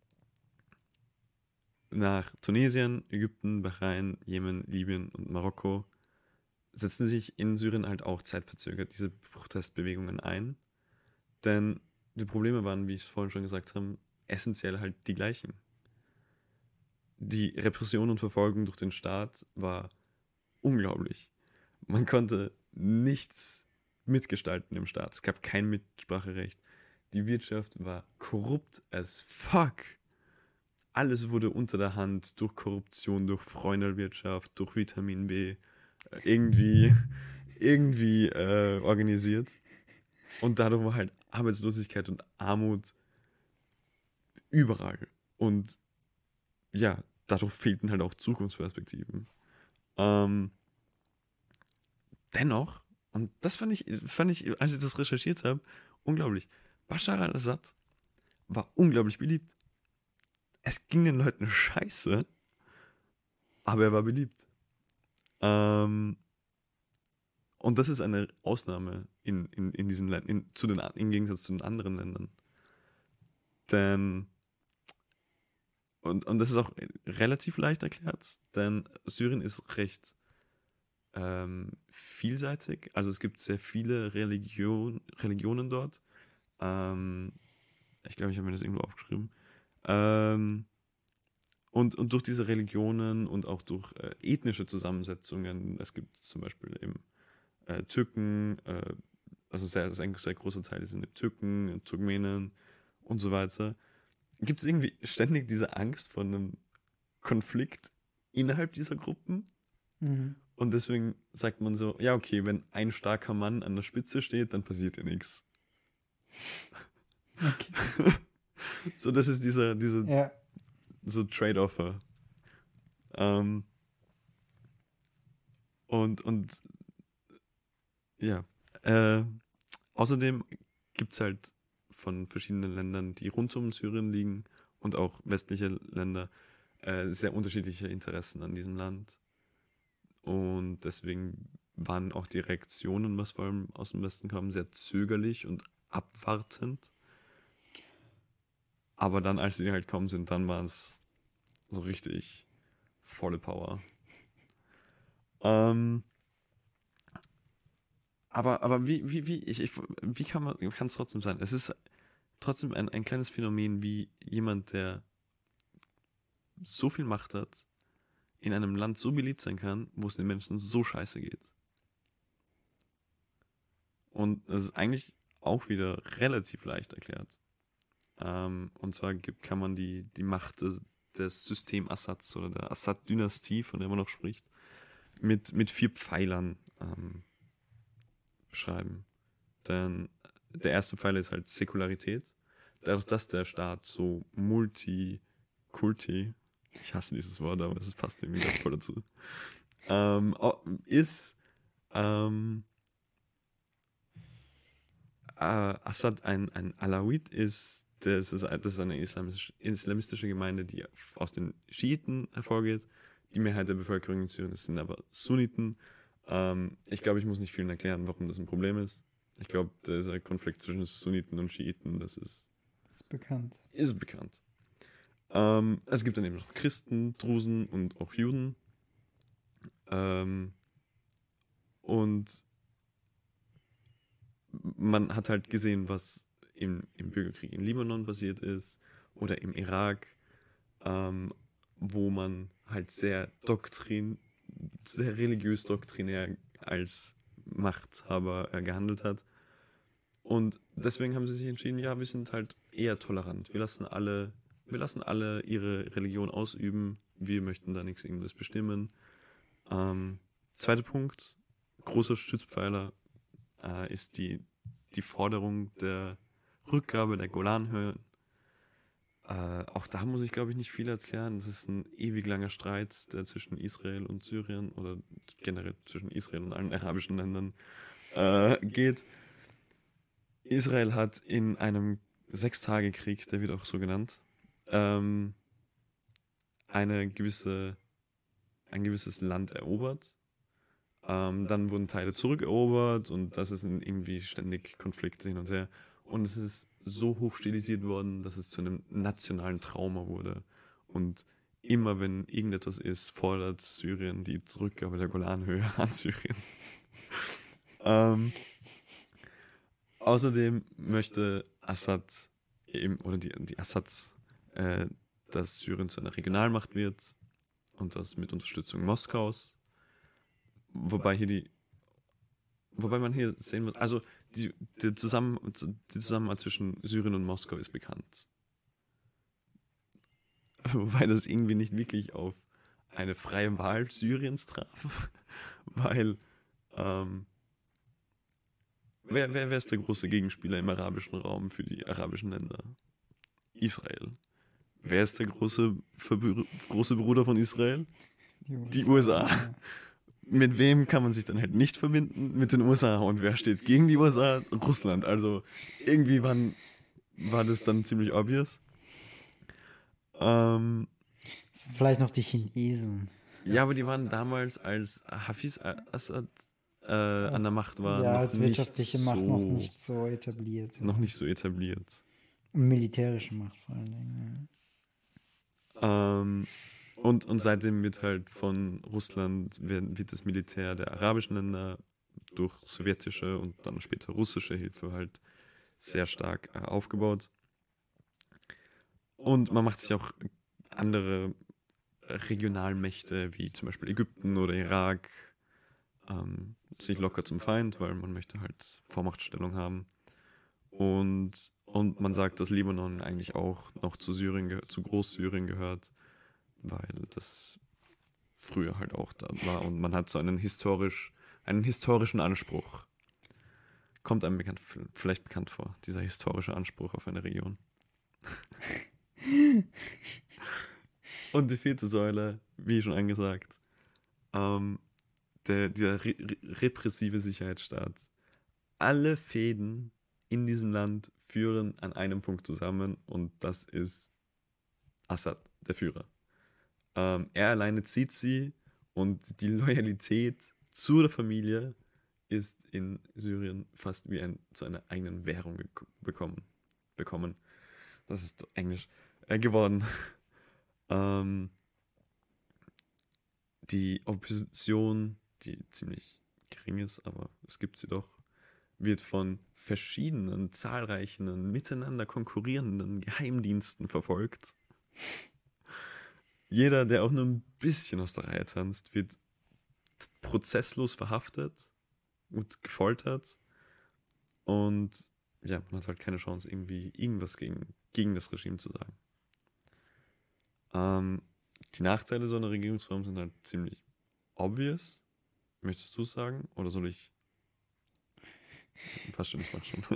nach Tunesien, Ägypten, Bahrain, Jemen, Libyen und Marokko setzen sich in Syrien halt auch zeitverzögert diese Protestbewegungen ein. Denn die Probleme waren, wie ich es vorhin schon gesagt habe, essentiell halt die gleichen. Die Repression und Verfolgung durch den Staat war unglaublich. Man konnte nichts mitgestalten im Staat. Es gab kein Mitspracherecht. Die Wirtschaft war korrupt as fuck. Alles wurde unter der Hand durch Korruption, durch Freundelwirtschaft, durch Vitamin B irgendwie, irgendwie äh, organisiert. Und dadurch war halt Arbeitslosigkeit und Armut überall. Und ja, dadurch fehlten halt auch Zukunftsperspektiven. Ähm, dennoch, und das fand ich, fand ich, als ich das recherchiert habe, unglaublich. Bashar al-Assad war unglaublich beliebt. Es ging den Leuten scheiße, aber er war beliebt. Ähm, und das ist eine Ausnahme in, in, in diesen Ländern, zu den, im Gegensatz zu den anderen Ländern. Denn, und, und das ist auch relativ leicht erklärt, denn Syrien ist recht ähm, vielseitig. Also es gibt sehr viele Religion, Religionen dort. Ähm, ich glaube, ich habe mir das irgendwo aufgeschrieben. Ähm, und, und durch diese Religionen und auch durch äh, ethnische Zusammensetzungen, es gibt zum Beispiel eben äh, Türken, äh, also sehr, das ist ein sehr großer Teil sind die Türken, Turkmenen und so weiter, gibt es irgendwie ständig diese Angst vor einem Konflikt innerhalb dieser Gruppen. Mhm. Und deswegen sagt man so, ja okay, wenn ein starker Mann an der Spitze steht, dann passiert ja nichts. Okay. So, das ist dieser, dieser ja. so Trade-Offer. Ähm, und, und ja, äh, außerdem gibt es halt von verschiedenen Ländern, die rund um Syrien liegen und auch westliche Länder, äh, sehr unterschiedliche Interessen an diesem Land. Und deswegen waren auch die Reaktionen, was vor allem aus dem Westen kam, sehr zögerlich und abwartend. Aber dann, als sie halt kommen sind, dann war es so richtig volle Power. Ähm, aber aber wie, wie, wie, ich, ich, wie kann man kann es trotzdem sein? Es ist trotzdem ein, ein kleines Phänomen, wie jemand, der so viel Macht hat, in einem Land so beliebt sein kann, wo es den Menschen so scheiße geht. Und das ist eigentlich auch wieder relativ leicht erklärt. Ähm, und zwar gibt, kann man die, die Macht des, des System Assads oder der Assad-Dynastie, von der man noch spricht, mit, mit vier Pfeilern ähm, beschreiben. Denn der erste Pfeiler ist halt Säkularität. Dadurch, dass der Staat so multikulti, ich hasse dieses Wort, aber es passt irgendwie voll dazu, ähm, ist ähm, äh, Assad ein, ein Alawit ist, das ist, das ist eine islamisch, islamistische Gemeinde, die aus den Schiiten hervorgeht. Die Mehrheit der Bevölkerung in Syrien sind aber Sunniten. Ähm, ich glaube, ich muss nicht vielen erklären, warum das ein Problem ist. Ich glaube, dieser Konflikt zwischen Sunniten und Schiiten, das ist, ist bekannt. Ist bekannt. Ähm, es gibt dann eben noch Christen, Drusen und auch Juden. Ähm, und man hat halt gesehen, was im, im Bürgerkrieg in Libanon passiert ist oder im Irak, ähm, wo man halt sehr doktrin, sehr religiös doktrinär als Machthaber äh, gehandelt hat. Und deswegen haben sie sich entschieden, ja, wir sind halt eher tolerant. Wir lassen alle, wir lassen alle ihre Religion ausüben. Wir möchten da nichts irgendwas bestimmen. Ähm, zweiter Punkt, großer Stützpfeiler, äh, ist die, die Forderung der Rückgabe der Golanhöhen. Äh, auch da muss ich, glaube ich, nicht viel erklären. Es ist ein ewig langer Streit, der zwischen Israel und Syrien oder generell zwischen Israel und allen arabischen Ländern äh, geht. Israel hat in einem Sechstagekrieg, der wird auch so genannt, ähm, eine gewisse, ein gewisses Land erobert. Ähm, dann wurden Teile zurückerobert und das ist irgendwie ständig Konflikte hin und her. Und es ist so hoch stilisiert worden, dass es zu einem nationalen Trauma wurde. Und immer wenn irgendetwas ist, fordert Syrien die Rückgabe der Golanhöhe an Syrien. ähm, außerdem möchte Assad eben, oder die, die Assads, äh, dass Syrien zu einer Regionalmacht wird und das mit Unterstützung Moskaus. Wobei hier die, wobei man hier sehen muss, also die, die, Zusammen, die Zusammenarbeit zwischen Syrien und Moskau ist bekannt. Wobei das irgendwie nicht wirklich auf eine freie Wahl Syriens traf, weil ähm, wer, wer, wer ist der große Gegenspieler im arabischen Raum für die arabischen Länder? Israel. Wer ist der große, große Bruder von Israel? Die U S A. Mit wem kann man sich dann halt nicht verbinden? Mit den U S A. Und wer steht gegen die U S A? Russland. Also irgendwie waren, war das dann ziemlich obvious. Ähm, Vielleicht noch die Chinesen. Ja, aber die waren damals, als Hafiz Assad äh, an der Macht war, ja, noch als nicht wirtschaftliche so, Macht noch nicht so etabliert. Noch nicht so etabliert. Und militärische Macht vor allen Dingen. Ja. Ähm, und, und seitdem wird halt von Russland, wird, wird das Militär der arabischen Länder durch sowjetische und dann später russische Hilfe halt sehr stark äh, aufgebaut. Und man macht sich auch andere Regionalmächte, wie zum Beispiel Ägypten oder Irak, ähm, sich locker zum Feind, weil man möchte halt Vormachtstellung haben. Und, und man sagt, dass Libanon eigentlich auch noch zu Syrien, ge- zu Großsyrien gehört, weil das früher halt auch da war. Und man hat so einen historisch, einen historischen Anspruch. Kommt einem bekannt, vielleicht bekannt vor, dieser historische Anspruch auf eine Region. Und die vierte Säule, wie schon angesagt, ähm, der, der re repressive Sicherheitsstaat. Alle Fäden in diesem Land führen an einem Punkt zusammen und das ist Assad, der Führer. Ähm, er alleine zieht sie Und die Loyalität zu der Familie ist in Syrien fast wie ein, zu einer eigenen Währung gek- bekommen. bekommen. Das ist Englisch äh, geworden. ähm, die Opposition, die ziemlich gering ist, aber es gibt sie doch, wird von verschiedenen, zahlreichen, miteinander konkurrierenden Geheimdiensten verfolgt. Jeder, der auch nur ein bisschen aus der Reihe tanzt, wird prozesslos verhaftet und gefoltert. Und ja, man hat halt keine Chance, irgendwie irgendwas gegen, gegen das Regime zu sagen. Ähm, die Nachteile so einer Regierungsform sind halt ziemlich obvious. Möchtest du es sagen? Oder soll ich? Passt schon, ich mach schon.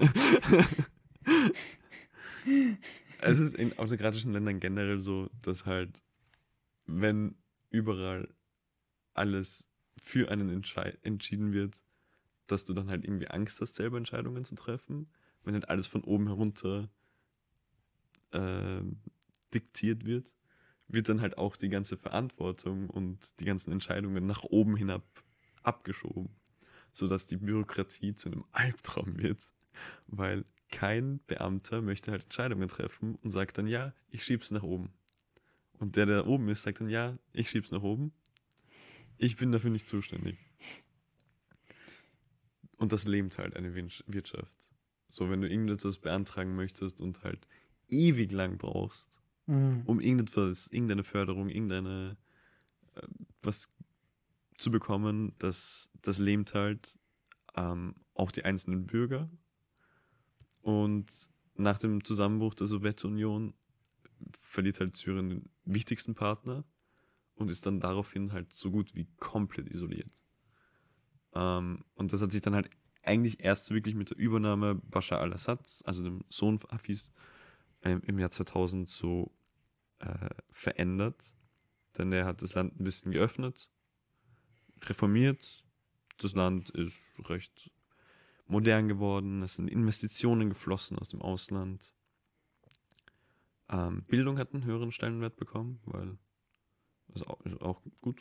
Es ist in autokratischen Ländern generell so, dass halt, wenn überall alles für einen entschei- entschieden wird, dass du dann halt irgendwie Angst hast, selber Entscheidungen zu treffen. Wenn halt alles von oben herunter äh, diktiert wird, wird dann halt auch die ganze Verantwortung und die ganzen Entscheidungen nach oben hinab abgeschoben, sodass die Bürokratie zu einem Albtraum wird, weil kein Beamter möchte halt Entscheidungen treffen und sagt dann, ja, ich schieb's nach oben. Und der, der da oben ist, sagt dann, ja, ich schieb's nach oben. Ich bin dafür nicht zuständig. Und das lähmt halt eine Wirtschaft. So, wenn du irgendetwas beantragen möchtest und halt ewig lang brauchst, mhm. um irgendetwas, irgendeine Förderung, irgendeine äh, was zu bekommen, das, das lähmt halt ähm, auch die einzelnen Bürger. Und nach dem Zusammenbruch der Sowjetunion verliert halt Syrien den wichtigsten Partner und ist dann daraufhin halt so gut wie komplett isoliert. Ähm, und das hat sich dann halt eigentlich erst wirklich mit der Übernahme Bashar al-Assad, also dem Sohn Hafis, ähm, im Jahr zweitausend so äh, verändert. Denn er hat das Land ein bisschen geöffnet, reformiert. Das Land ist recht modern geworden. Es sind Investitionen geflossen aus dem Ausland. Ähm, Bildung hat einen höheren Stellenwert bekommen, weil das ist auch, ist auch gut.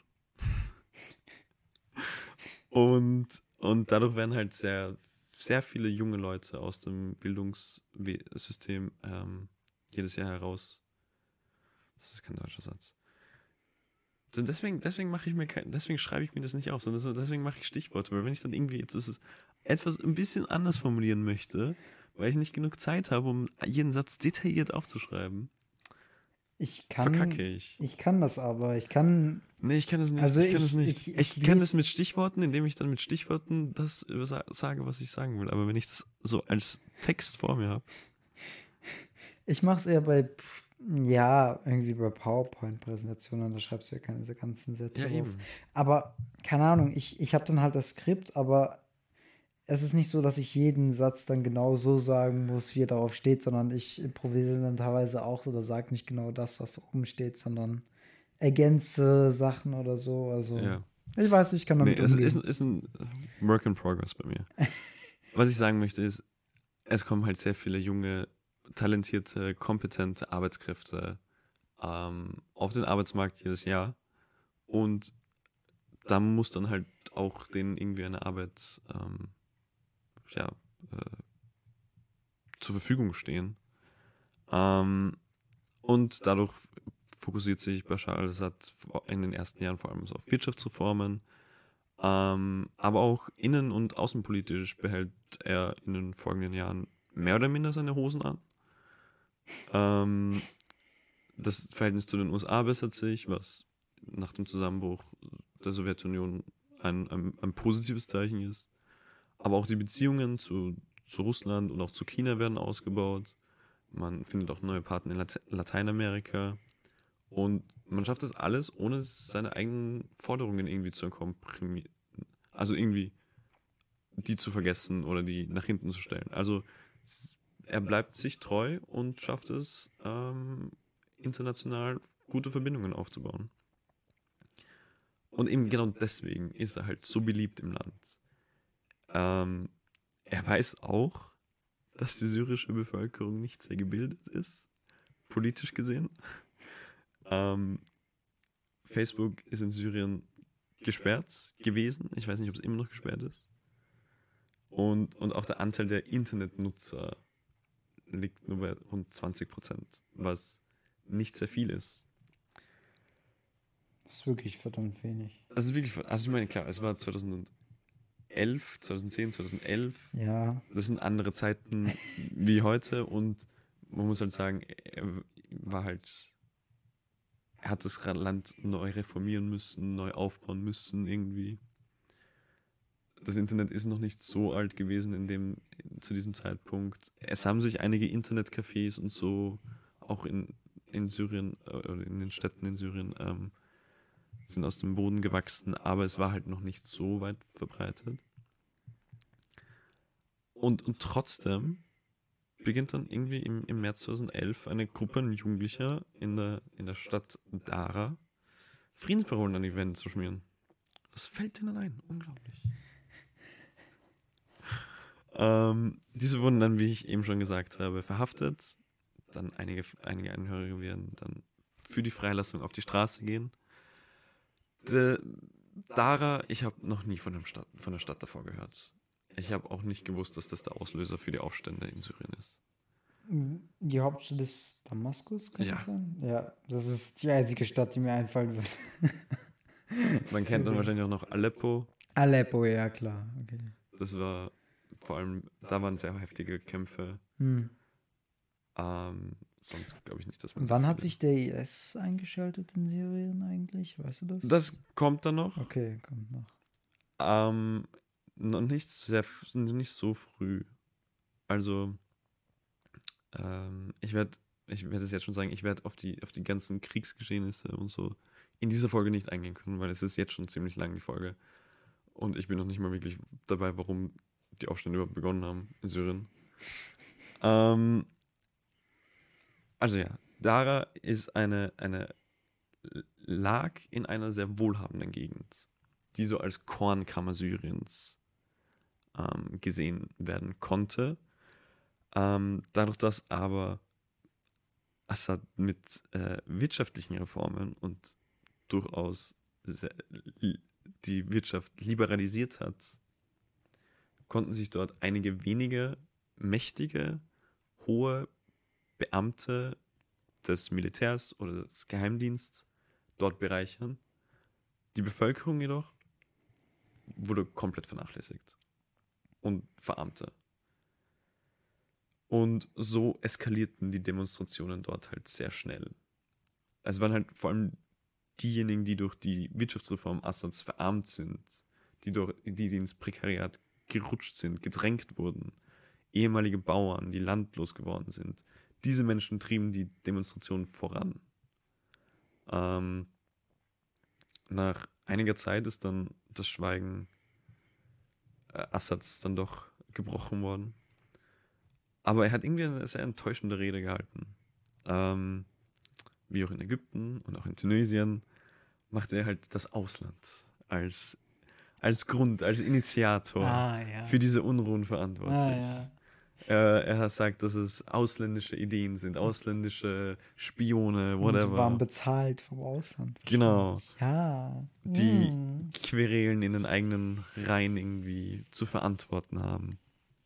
und, und dadurch werden halt sehr, sehr viele junge Leute aus dem Bildungssystem ähm, jedes Jahr heraus. Das ist kein deutscher Satz. Deswegen, deswegen mache ich mir kein, deswegen schreibe ich mir das nicht auf, sondern deswegen mache ich Stichworte, weil wenn ich dann irgendwie jetzt etwas ein bisschen anders formulieren möchte, weil ich nicht genug Zeit habe, um jeden Satz detailliert aufzuschreiben, ich kann, verkacke ich. Ich kann das aber, ich kann... Nee, ich kann das nicht. Also ich kann ich, das nicht. Ich, ich, ich kann das mit Stichworten, indem ich dann mit Stichworten das sage, was ich sagen will. Aber wenn ich das so als Text vor mir habe. Ich mache es eher bei, ja, irgendwie bei PowerPoint-Präsentationen, da schreibst du ja keine ganzen Sätze ja, drauf. Eben. Aber, keine Ahnung, ich, ich habe dann halt das Skript, aber es ist nicht so, dass ich jeden Satz dann genau so sagen muss, wie er darauf steht, sondern ich improvisiere dann teilweise auch oder sage nicht genau das, was da oben steht, sondern ergänze Sachen oder so. Also, ja. Ich weiß, ich kann damit nee, umgehen. Es ist, ist ein Work in Progress bei mir. Was ich sagen möchte ist, es kommen halt sehr viele junge, talentierte, kompetente Arbeitskräfte ähm, auf den Arbeitsmarkt jedes Jahr. Und da muss dann halt auch denen irgendwie eine Arbeit ähm, ja, äh, zur Verfügung stehen. Ähm, und dadurch fokussiert sich Bashar al-Assad in den ersten Jahren vor allem auf Wirtschaftsreformen. Ähm, aber auch innen- und außenpolitisch behält er in den folgenden Jahren mehr oder minder seine Hosen an. Ähm, das Verhältnis zu den U S A bessert sich, was nach dem Zusammenbruch der Sowjetunion ein, ein, ein positives Zeichen ist. Aber auch die Beziehungen zu, zu Russland und auch zu China werden ausgebaut. Man findet auch neue Partner in Late- Lateinamerika. Und man schafft das alles, ohne seine eigenen Forderungen irgendwie zu komprimieren. Also irgendwie die zu vergessen oder die nach hinten zu stellen. Also er bleibt sich treu und schafft es, ähm, international gute Verbindungen aufzubauen. Und eben genau deswegen ist er halt so beliebt im Land. Ähm, er weiß auch, dass die syrische Bevölkerung nicht sehr gebildet ist, politisch gesehen. Ähm, Facebook ist in Syrien gesperrt gewesen. Ich weiß nicht, ob es immer noch gesperrt ist. Und, und auch der Anteil der Internetnutzer liegt nur bei rund zwanzig Prozent, was nicht sehr viel ist. Das ist wirklich verdammt wenig. Das ist wirklich, also ich meine, klar, es war zweitausendelf, zweitausendzehn, zweitausendelf. Ja. Das sind andere Zeiten wie heute und man muss halt sagen, er war halt, er hat das Land neu reformieren müssen, neu aufbauen müssen irgendwie. Das Internet ist noch nicht so alt gewesen in dem, zu diesem Zeitpunkt. Es haben sich einige Internetcafés und so auch in, in Syrien oder in den Städten in Syrien ähm, sind aus dem Boden gewachsen, aber es war halt noch nicht so weit verbreitet. Und, und trotzdem beginnt dann irgendwie im, im März zweitausendelf eine Gruppe Jugendlicher in der, in der Stadt Dara Friedensparolen an die Wände zu schmieren. Das fällt ihnen ein. Unglaublich. ähm, diese wurden dann, wie ich eben schon gesagt habe, verhaftet. Dann einige, einige Angehörige werden dann für die Freilassung auf die Straße gehen. De, Dara, ich habe noch nie von, dem Stadt, von der Stadt davor gehört. Ich habe auch nicht gewusst, dass das der Auslöser für die Aufstände in Syrien ist. Die Hauptstadt ist Damaskus, kann ja. das sein? Ja, das ist die einzige Stadt, die mir einfallen wird. Man kennt dann wahrscheinlich auch noch Aleppo. Aleppo, ja klar. Okay. Das war vor allem, da waren sehr heftige Kämpfe. Hm. Ähm, sonst glaube ich nicht, dass man... Wann hat sich der I S eingeschaltet in Syrien eigentlich? Weißt du das? Das kommt dann noch. Okay, kommt noch. Ähm, noch nicht, sehr, nicht so früh. Also, ähm, ich werde ich werde es jetzt schon sagen, ich werde auf die, auf die ganzen Kriegsgeschehnisse und so in dieser Folge nicht eingehen können, weil es ist jetzt schon ziemlich lang, die Folge. Und ich bin noch nicht mal wirklich dabei, warum die Aufstände überhaupt begonnen haben in Syrien. Ähm, also ja, Dara ist eine, eine, lag in einer sehr wohlhabenden Gegend, die so als Kornkammer Syriens ähm, gesehen werden konnte. Ähm, dadurch, dass aber Assad mit äh, wirtschaftlichen Reformen und durchaus sehr, die Wirtschaft liberalisiert hat, konnten sich dort einige wenige mächtige, hohe Beamte des Militärs oder des Geheimdienstes dort bereichern. Die Bevölkerung jedoch wurde komplett vernachlässigt und verarmte. Und so eskalierten die Demonstrationen dort halt sehr schnell. Es waren halt vor allem diejenigen, die durch die Wirtschaftsreform Assads verarmt sind, die, durch, die, die ins Prekariat gerutscht sind, gedrängt wurden, ehemalige Bauern, die landlos geworden sind. Diese Menschen trieben die Demonstrationen voran. Ähm, nach einiger Zeit ist dann das Schweigen äh, Assads dann doch gebrochen worden. Aber er hat irgendwie eine sehr enttäuschende Rede gehalten. Ähm, wie auch in Ägypten und auch in Tunesien macht er halt das Ausland als, als Grund, als Initiator ah, ja. für diese Unruhen verantwortlich. Ah, ja. er, er sagt, dass es ausländische Ideen sind, ausländische Spione, whatever. Und waren bezahlt vom Ausland. Genau. Ja. Die hm. Querelen in den eigenen Reihen irgendwie zu verantworten haben.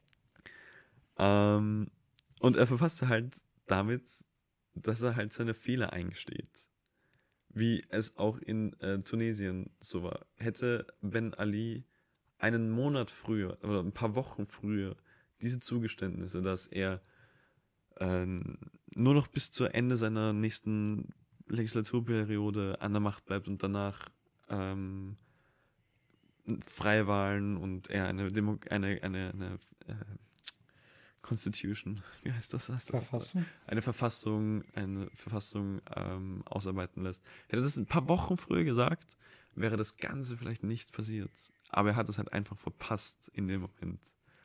Ähm, und er verfasste halt damit, dass er halt seine Fehler eingesteht. Wie es auch in äh, Tunesien so war. Hätte Ben Ali einen Monat früher oder ein paar Wochen früher diese Zugeständnisse, dass er äh, nur noch bis zu Ende seiner nächsten Legislaturperiode an der Macht bleibt und danach ähm, Freiwahlen und er eine, Demo- eine, eine, eine äh, Constitution, wie heißt das? Heißt das Verfassung? Eine Verfassung, eine Verfassung ähm, ausarbeiten lässt. Hätte das ein paar Wochen früher gesagt, wäre das Ganze vielleicht nicht passiert. Aber er hat es halt einfach verpasst in dem Moment.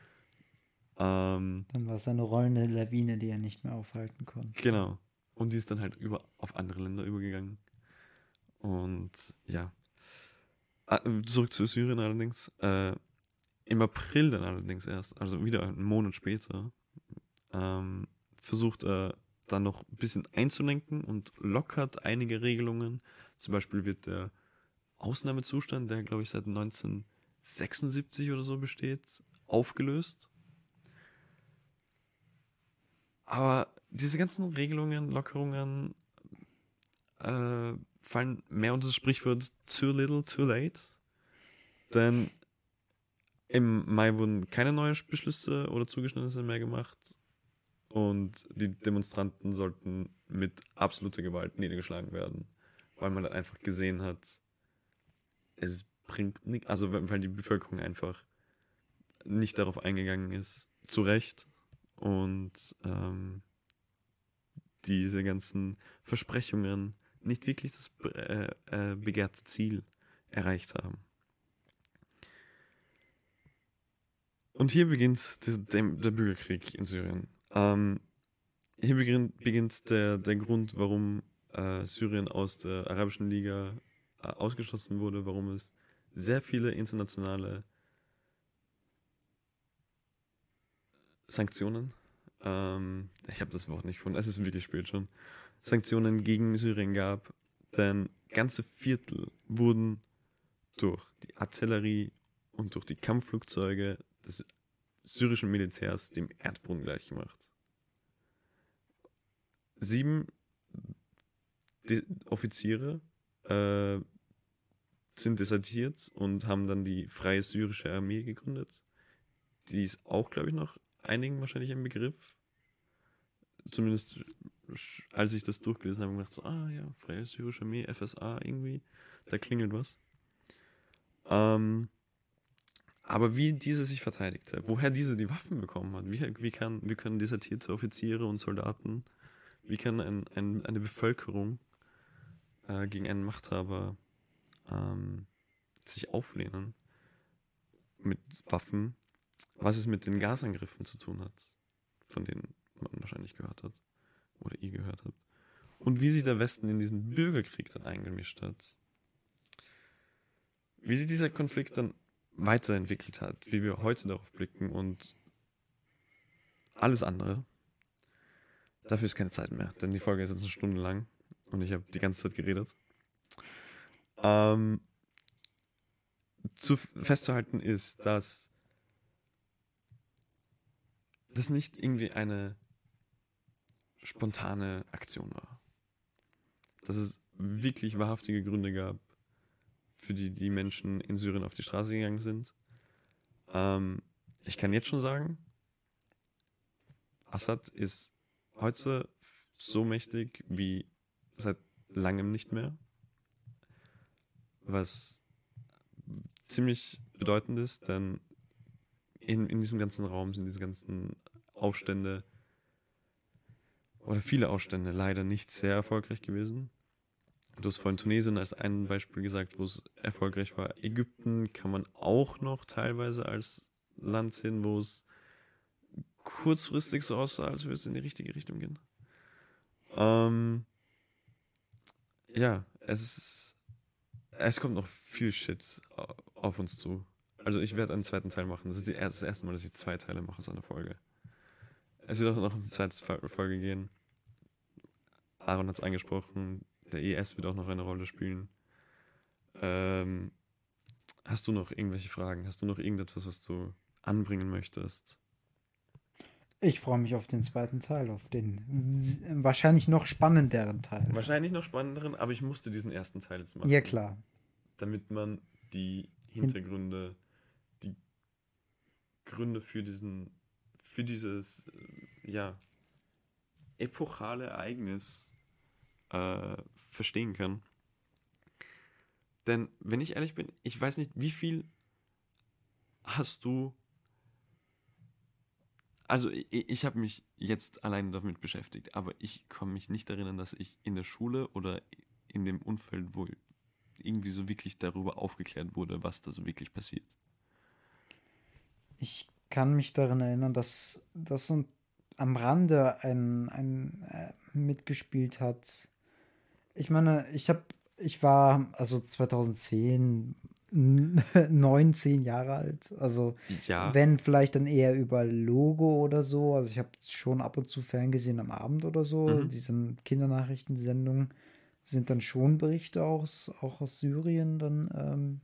Ähm, Dann war es eine rollende Lawine, die er nicht mehr aufhalten konnte. Genau. Und die ist dann halt über, auf andere Länder übergegangen. Und ja. Zurück zu Syrien allerdings. Äh, Im April dann allerdings erst, also wieder einen Monat später, ähm, versucht er dann noch ein bisschen einzulenken und lockert einige Regelungen. Zum Beispiel wird der Ausnahmezustand, der, glaube ich, seit neunzehnhundertsechsundsiebzig oder so besteht, aufgelöst. Aber diese ganzen Regelungen, Lockerungen äh, fallen mehr unter das Sprichwort too little, too late. Denn im Mai wurden keine neuen Beschlüsse oder Zugeständnisse mehr gemacht und die Demonstranten sollten mit absoluter Gewalt niedergeschlagen werden, weil man dann einfach gesehen hat, es bringt nichts, also weil die Bevölkerung einfach nicht darauf eingegangen ist, zu Recht, und ähm, diese ganzen Versprechungen nicht wirklich das äh, äh, begehrte Ziel erreicht haben. Und hier beginnt der, der Bürgerkrieg in Syrien. Ähm, hier beginnt, beginnt der, der Grund, warum äh, Syrien aus der Arabischen Liga äh, ausgeschlossen wurde, warum es sehr viele internationale Sanktionen, ähm, ich habe das Wort nicht gefunden, es ist wirklich spät schon, Sanktionen gegen Syrien gab, denn ganze Viertel wurden durch die Artillerie und durch die Kampfflugzeuge des syrischen Militärs dem Erdboden gleichgemacht. Sieben De- Offiziere äh, sind desertiert und haben dann die Freie Syrische Armee gegründet. Die ist auch, glaube ich, noch einigen wahrscheinlich ein Begriff. Zumindest als ich das durchgelesen habe, habe ich gedacht so, ah ja, Freie Syrische Armee, F S A irgendwie, da klingelt was. Ähm, aber wie diese sich verteidigte, woher diese die Waffen bekommen hat, wie, wie, kann, wie können desertierte Offiziere und Soldaten, wie kann ein, ein, eine Bevölkerung äh, gegen einen Machthaber ähm, sich auflehnen mit Waffen, was es mit den Gasangriffen zu tun hat, von denen man wahrscheinlich gehört hat oder ihr gehört habt, und wie sich der Westen in diesen Bürgerkrieg dann eingemischt hat. Wie sich dieser Konflikt dann weiterentwickelt hat, wie wir heute darauf blicken und alles andere. Dafür ist keine Zeit mehr, denn die Folge ist jetzt eine Stunde lang und ich habe die ganze Zeit geredet. Ähm, zu festzuhalten ist, dass das nicht irgendwie eine spontane Aktion war. Dass es wirklich wahrhaftige Gründe gab, für die die Menschen in Syrien auf die Straße gegangen sind. Ähm, ich kann jetzt schon sagen, Assad ist heute so mächtig wie seit langem nicht mehr. Was ziemlich bedeutend ist, denn in, in diesem ganzen Raum sind diese ganzen Aufstände oder viele Aufstände leider nicht sehr erfolgreich gewesen. Du hast vorhin Tunesien als ein Beispiel gesagt, wo es erfolgreich war. Ägypten kann man auch noch teilweise als Land sehen, wo es kurzfristig so aussah, als würde es in die richtige Richtung gehen. Ähm, ja, es ist, es kommt noch viel Shit auf uns zu. Also ich werde einen zweiten Teil machen. Das ist das erste Mal, dass ich zwei Teile mache, so eine Folge. Es wird auch noch eine zweite Folge gehen. Aaron hat es angesprochen. Der I S wird auch noch eine Rolle spielen. Ähm, hast du noch irgendwelche Fragen? Hast du noch irgendetwas, was du anbringen möchtest? Ich freue mich auf den zweiten Teil, auf den wahrscheinlich noch spannenderen Teil. Wahrscheinlich noch spannenderen, aber ich musste diesen ersten Teil jetzt machen. Ja, klar. Damit man die Hintergründe, die Gründe für diesen, für dieses, ja, epochale Ereignis äh, verstehen kann. Denn, wenn ich ehrlich bin, ich weiß nicht, wie viel hast du. Also, ich, ich habe mich jetzt alleine damit beschäftigt, aber ich kann mich nicht erinnern, dass ich in der Schule oder in dem Umfeld, wo irgendwie so wirklich darüber aufgeklärt wurde, was da so wirklich passiert. Ich kann mich daran erinnern, dass das so am Rande ein, ein äh, mitgespielt hat. Ich meine, ich habe, ich war also zweitausendzehn neun, zehn Jahre alt. Also ja. Wenn vielleicht dann eher über Logo oder so. Also ich habe schon ab und zu ferngesehen am Abend oder so, Mhm. diese Kindernachrichtensendungen. sind dann schon Berichte aus, auch aus Syrien dann ähm,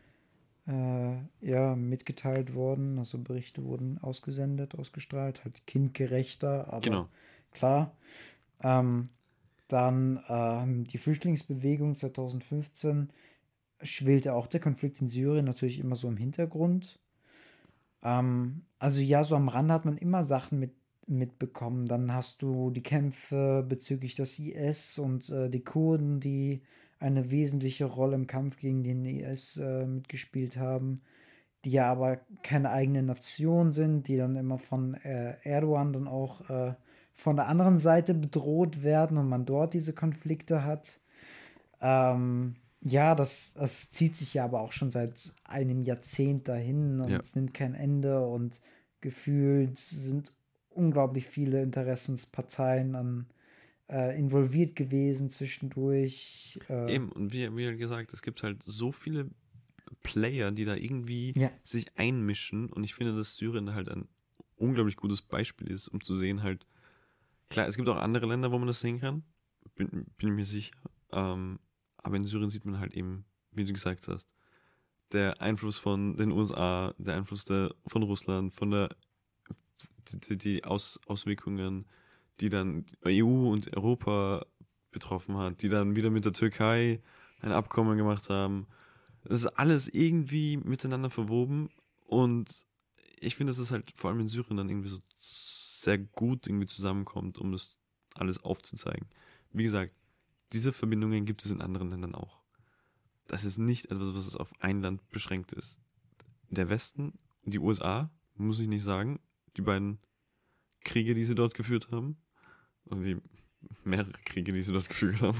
äh, ja, mitgeteilt worden. Also Berichte wurden ausgesendet, ausgestrahlt, halt kindgerechter, aber Genau. klar. Ähm, dann ähm, die Flüchtlingsbewegung zwanzig fünfzehn schwelte auch der Konflikt in Syrien natürlich immer so im Hintergrund. Ähm, also ja, so am Rand hat man immer Sachen mit, mitbekommen. Dann hast du die Kämpfe bezüglich des I S und äh, die Kurden, die eine wesentliche Rolle im Kampf gegen den I S äh, mitgespielt haben, die ja aber keine eigene Nation sind, die dann immer von äh, Erdogan dann auch äh, von der anderen Seite bedroht werden und man dort diese Konflikte hat. Ähm, ja, das, das zieht sich ja aber auch schon seit einem Jahrzehnt dahin und Ja. es nimmt kein Ende und gefühlt sind unglaublich viele Interessensparteien an, äh, involviert gewesen zwischendurch. Äh, Eben, und wie, wie gesagt, es gibt halt so viele Player, die da irgendwie ja. sich einmischen, und ich finde, dass Syrien halt ein unglaublich gutes Beispiel ist, um zu sehen halt, klar, es gibt auch andere Länder, wo man das sehen kann, bin, bin ich mir sicher, ähm, aber in Syrien sieht man halt eben, wie du gesagt hast, der Einfluss von den U S A, der Einfluss der, von Russland, von der die, die Aus, Auswirkungen, die dann E U und Europa betroffen hat, die dann wieder mit der Türkei ein Abkommen gemacht haben. Das ist alles irgendwie miteinander verwoben, und ich finde, dass es halt vor allem in Syrien dann irgendwie so sehr gut irgendwie zusammenkommt, um das alles aufzuzeigen. Wie gesagt, diese Verbindungen gibt es in anderen Ländern auch. Das ist nicht etwas, was auf ein Land beschränkt ist. Der Westen, die U S A, muss ich nicht sagen, die beiden Kriege, die sie dort geführt haben, also die mehrere Kriege, die sie dort geführt haben.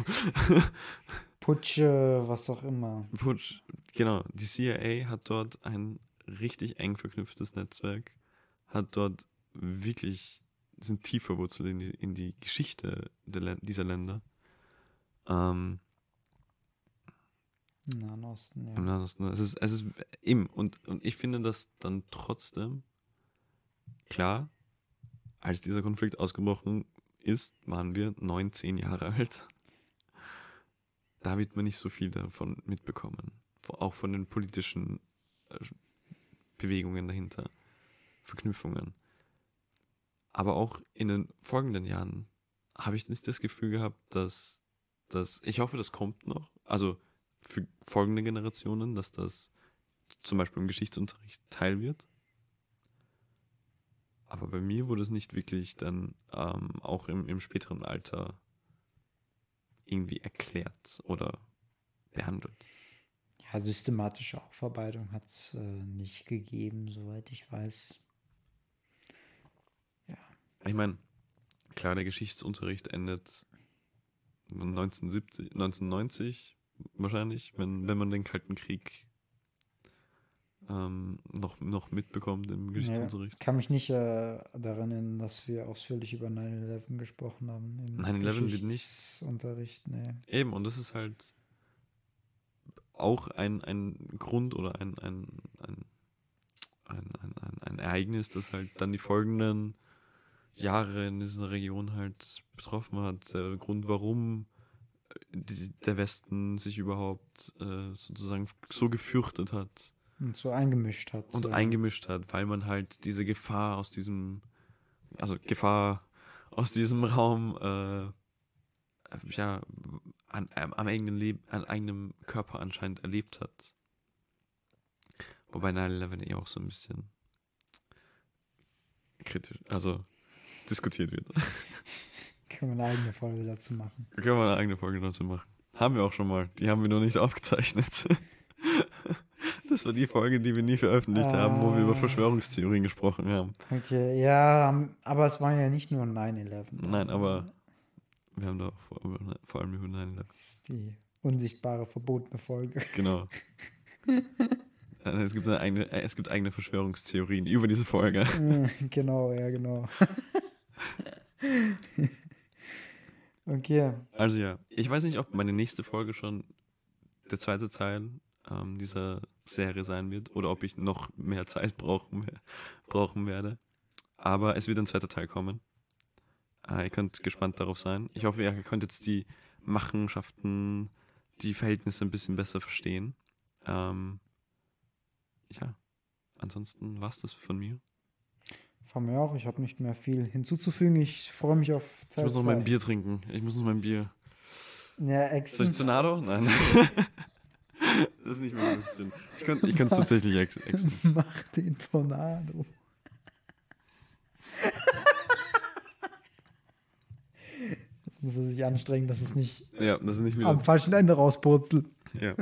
Putsche, was auch immer. Putsch, genau. Die C I A hat dort ein richtig eng verknüpftes Netzwerk, hat dort wirklich, sind tief verwurzelt in die, in die Geschichte der, dieser Länder. Ähm, Im Nahen Osten, ja. Im Nahen Osten. Es ist, es ist eben, und, und ich finde, dass dann trotzdem, klar, als dieser Konflikt ausgebrochen ist, waren wir neun, zehn Jahre alt. Da wird man nicht so viel davon mitbekommen. Auch von den politischen Bewegungen dahinter, Verknüpfungen. Aber auch in den folgenden Jahren habe ich nicht das Gefühl gehabt, dass das, ich hoffe, das kommt noch, also für folgende Generationen, dass das zum Beispiel im Geschichtsunterricht Teil wird. Aber bei mir wurde es nicht wirklich dann ähm, auch im, im späteren Alter irgendwie erklärt oder behandelt. Ja, systematische Aufarbeitung hat es äh, nicht gegeben, soweit ich weiß. Ja. Ich meine, klar, der Geschichtsunterricht endet neunzehnhundertsiebzig, neunzehnhundertneunzig wahrscheinlich, wenn, wenn man den Kalten Krieg ähm, noch, noch mitbekommt im Geschichtsunterricht. Ich ja, kann mich nicht äh, daran erinnern, dass wir ausführlich über neun elf gesprochen haben. neun elf wird nicht. Unterricht, nee. Eben, und das ist halt auch ein, ein Grund oder ein, ein, ein, ein, ein, ein, ein Ereignis, das halt dann die folgenden Jahre in dieser Region halt betroffen hat. Der Grund, warum die, der Westen sich überhaupt äh, sozusagen so gefürchtet hat. Und so eingemischt hat. Und ja. eingemischt hat, weil man halt diese Gefahr aus diesem, also Gefahr aus diesem Raum, äh, ja, an, am eigenen Leben, an eigenem Körper anscheinend erlebt hat. Wobei neun elf eh auch so ein bisschen kritisch, also diskutiert wird. Können wir eine eigene Folge dazu machen. Können wir eine eigene Folge dazu machen. Haben wir auch schon mal. Die haben wir noch nicht aufgezeichnet. Das war die Folge, die wir nie veröffentlicht äh, haben, wo wir über Verschwörungstheorien gesprochen haben. Okay, ja, aber es waren ja nicht nur neun elf. Nein, aber wir haben da auch vor, vor allem über neun elf. Die unsichtbare, verbotene Folge. Genau. Es gibt, eine eigene, es gibt eigene Verschwörungstheorien über diese Folge. Genau, ja, genau. Okay. Also ja, ich weiß nicht, ob meine nächste Folge schon der zweite Teil ähm, dieser Serie sein wird oder ob ich noch mehr Zeit brauchen, brauchen werde. Aber es wird ein zweiter Teil kommen. Äh, ihr könnt gespannt darauf sein. Ich hoffe, ihr könnt jetzt die Machenschaften, die Verhältnisse ein bisschen besser verstehen. Ähm, ja, ansonsten war es das von mir. Von mir auch, ich habe nicht mehr viel hinzuzufügen. Ich freue mich auf Zeit. Ich muss noch mein Bier trinken. Ich muss noch mein Bier. Ja, exen. Soll ich Tornado? Nein. Das ist nicht mehr drin. Ich kann es tatsächlich ex exen. Mach den Tornado. Jetzt muss er sich anstrengen, dass es nicht, ja, das ist nicht wieder am falschen Ende rauspurzelt. Ja.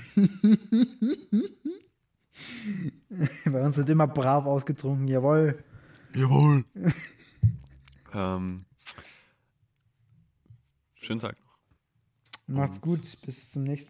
Bei uns wird immer brav ausgetrunken, jawohl. Jawohl. ähm, schönen Tag noch. Macht's gut, bis zum nächsten Mal.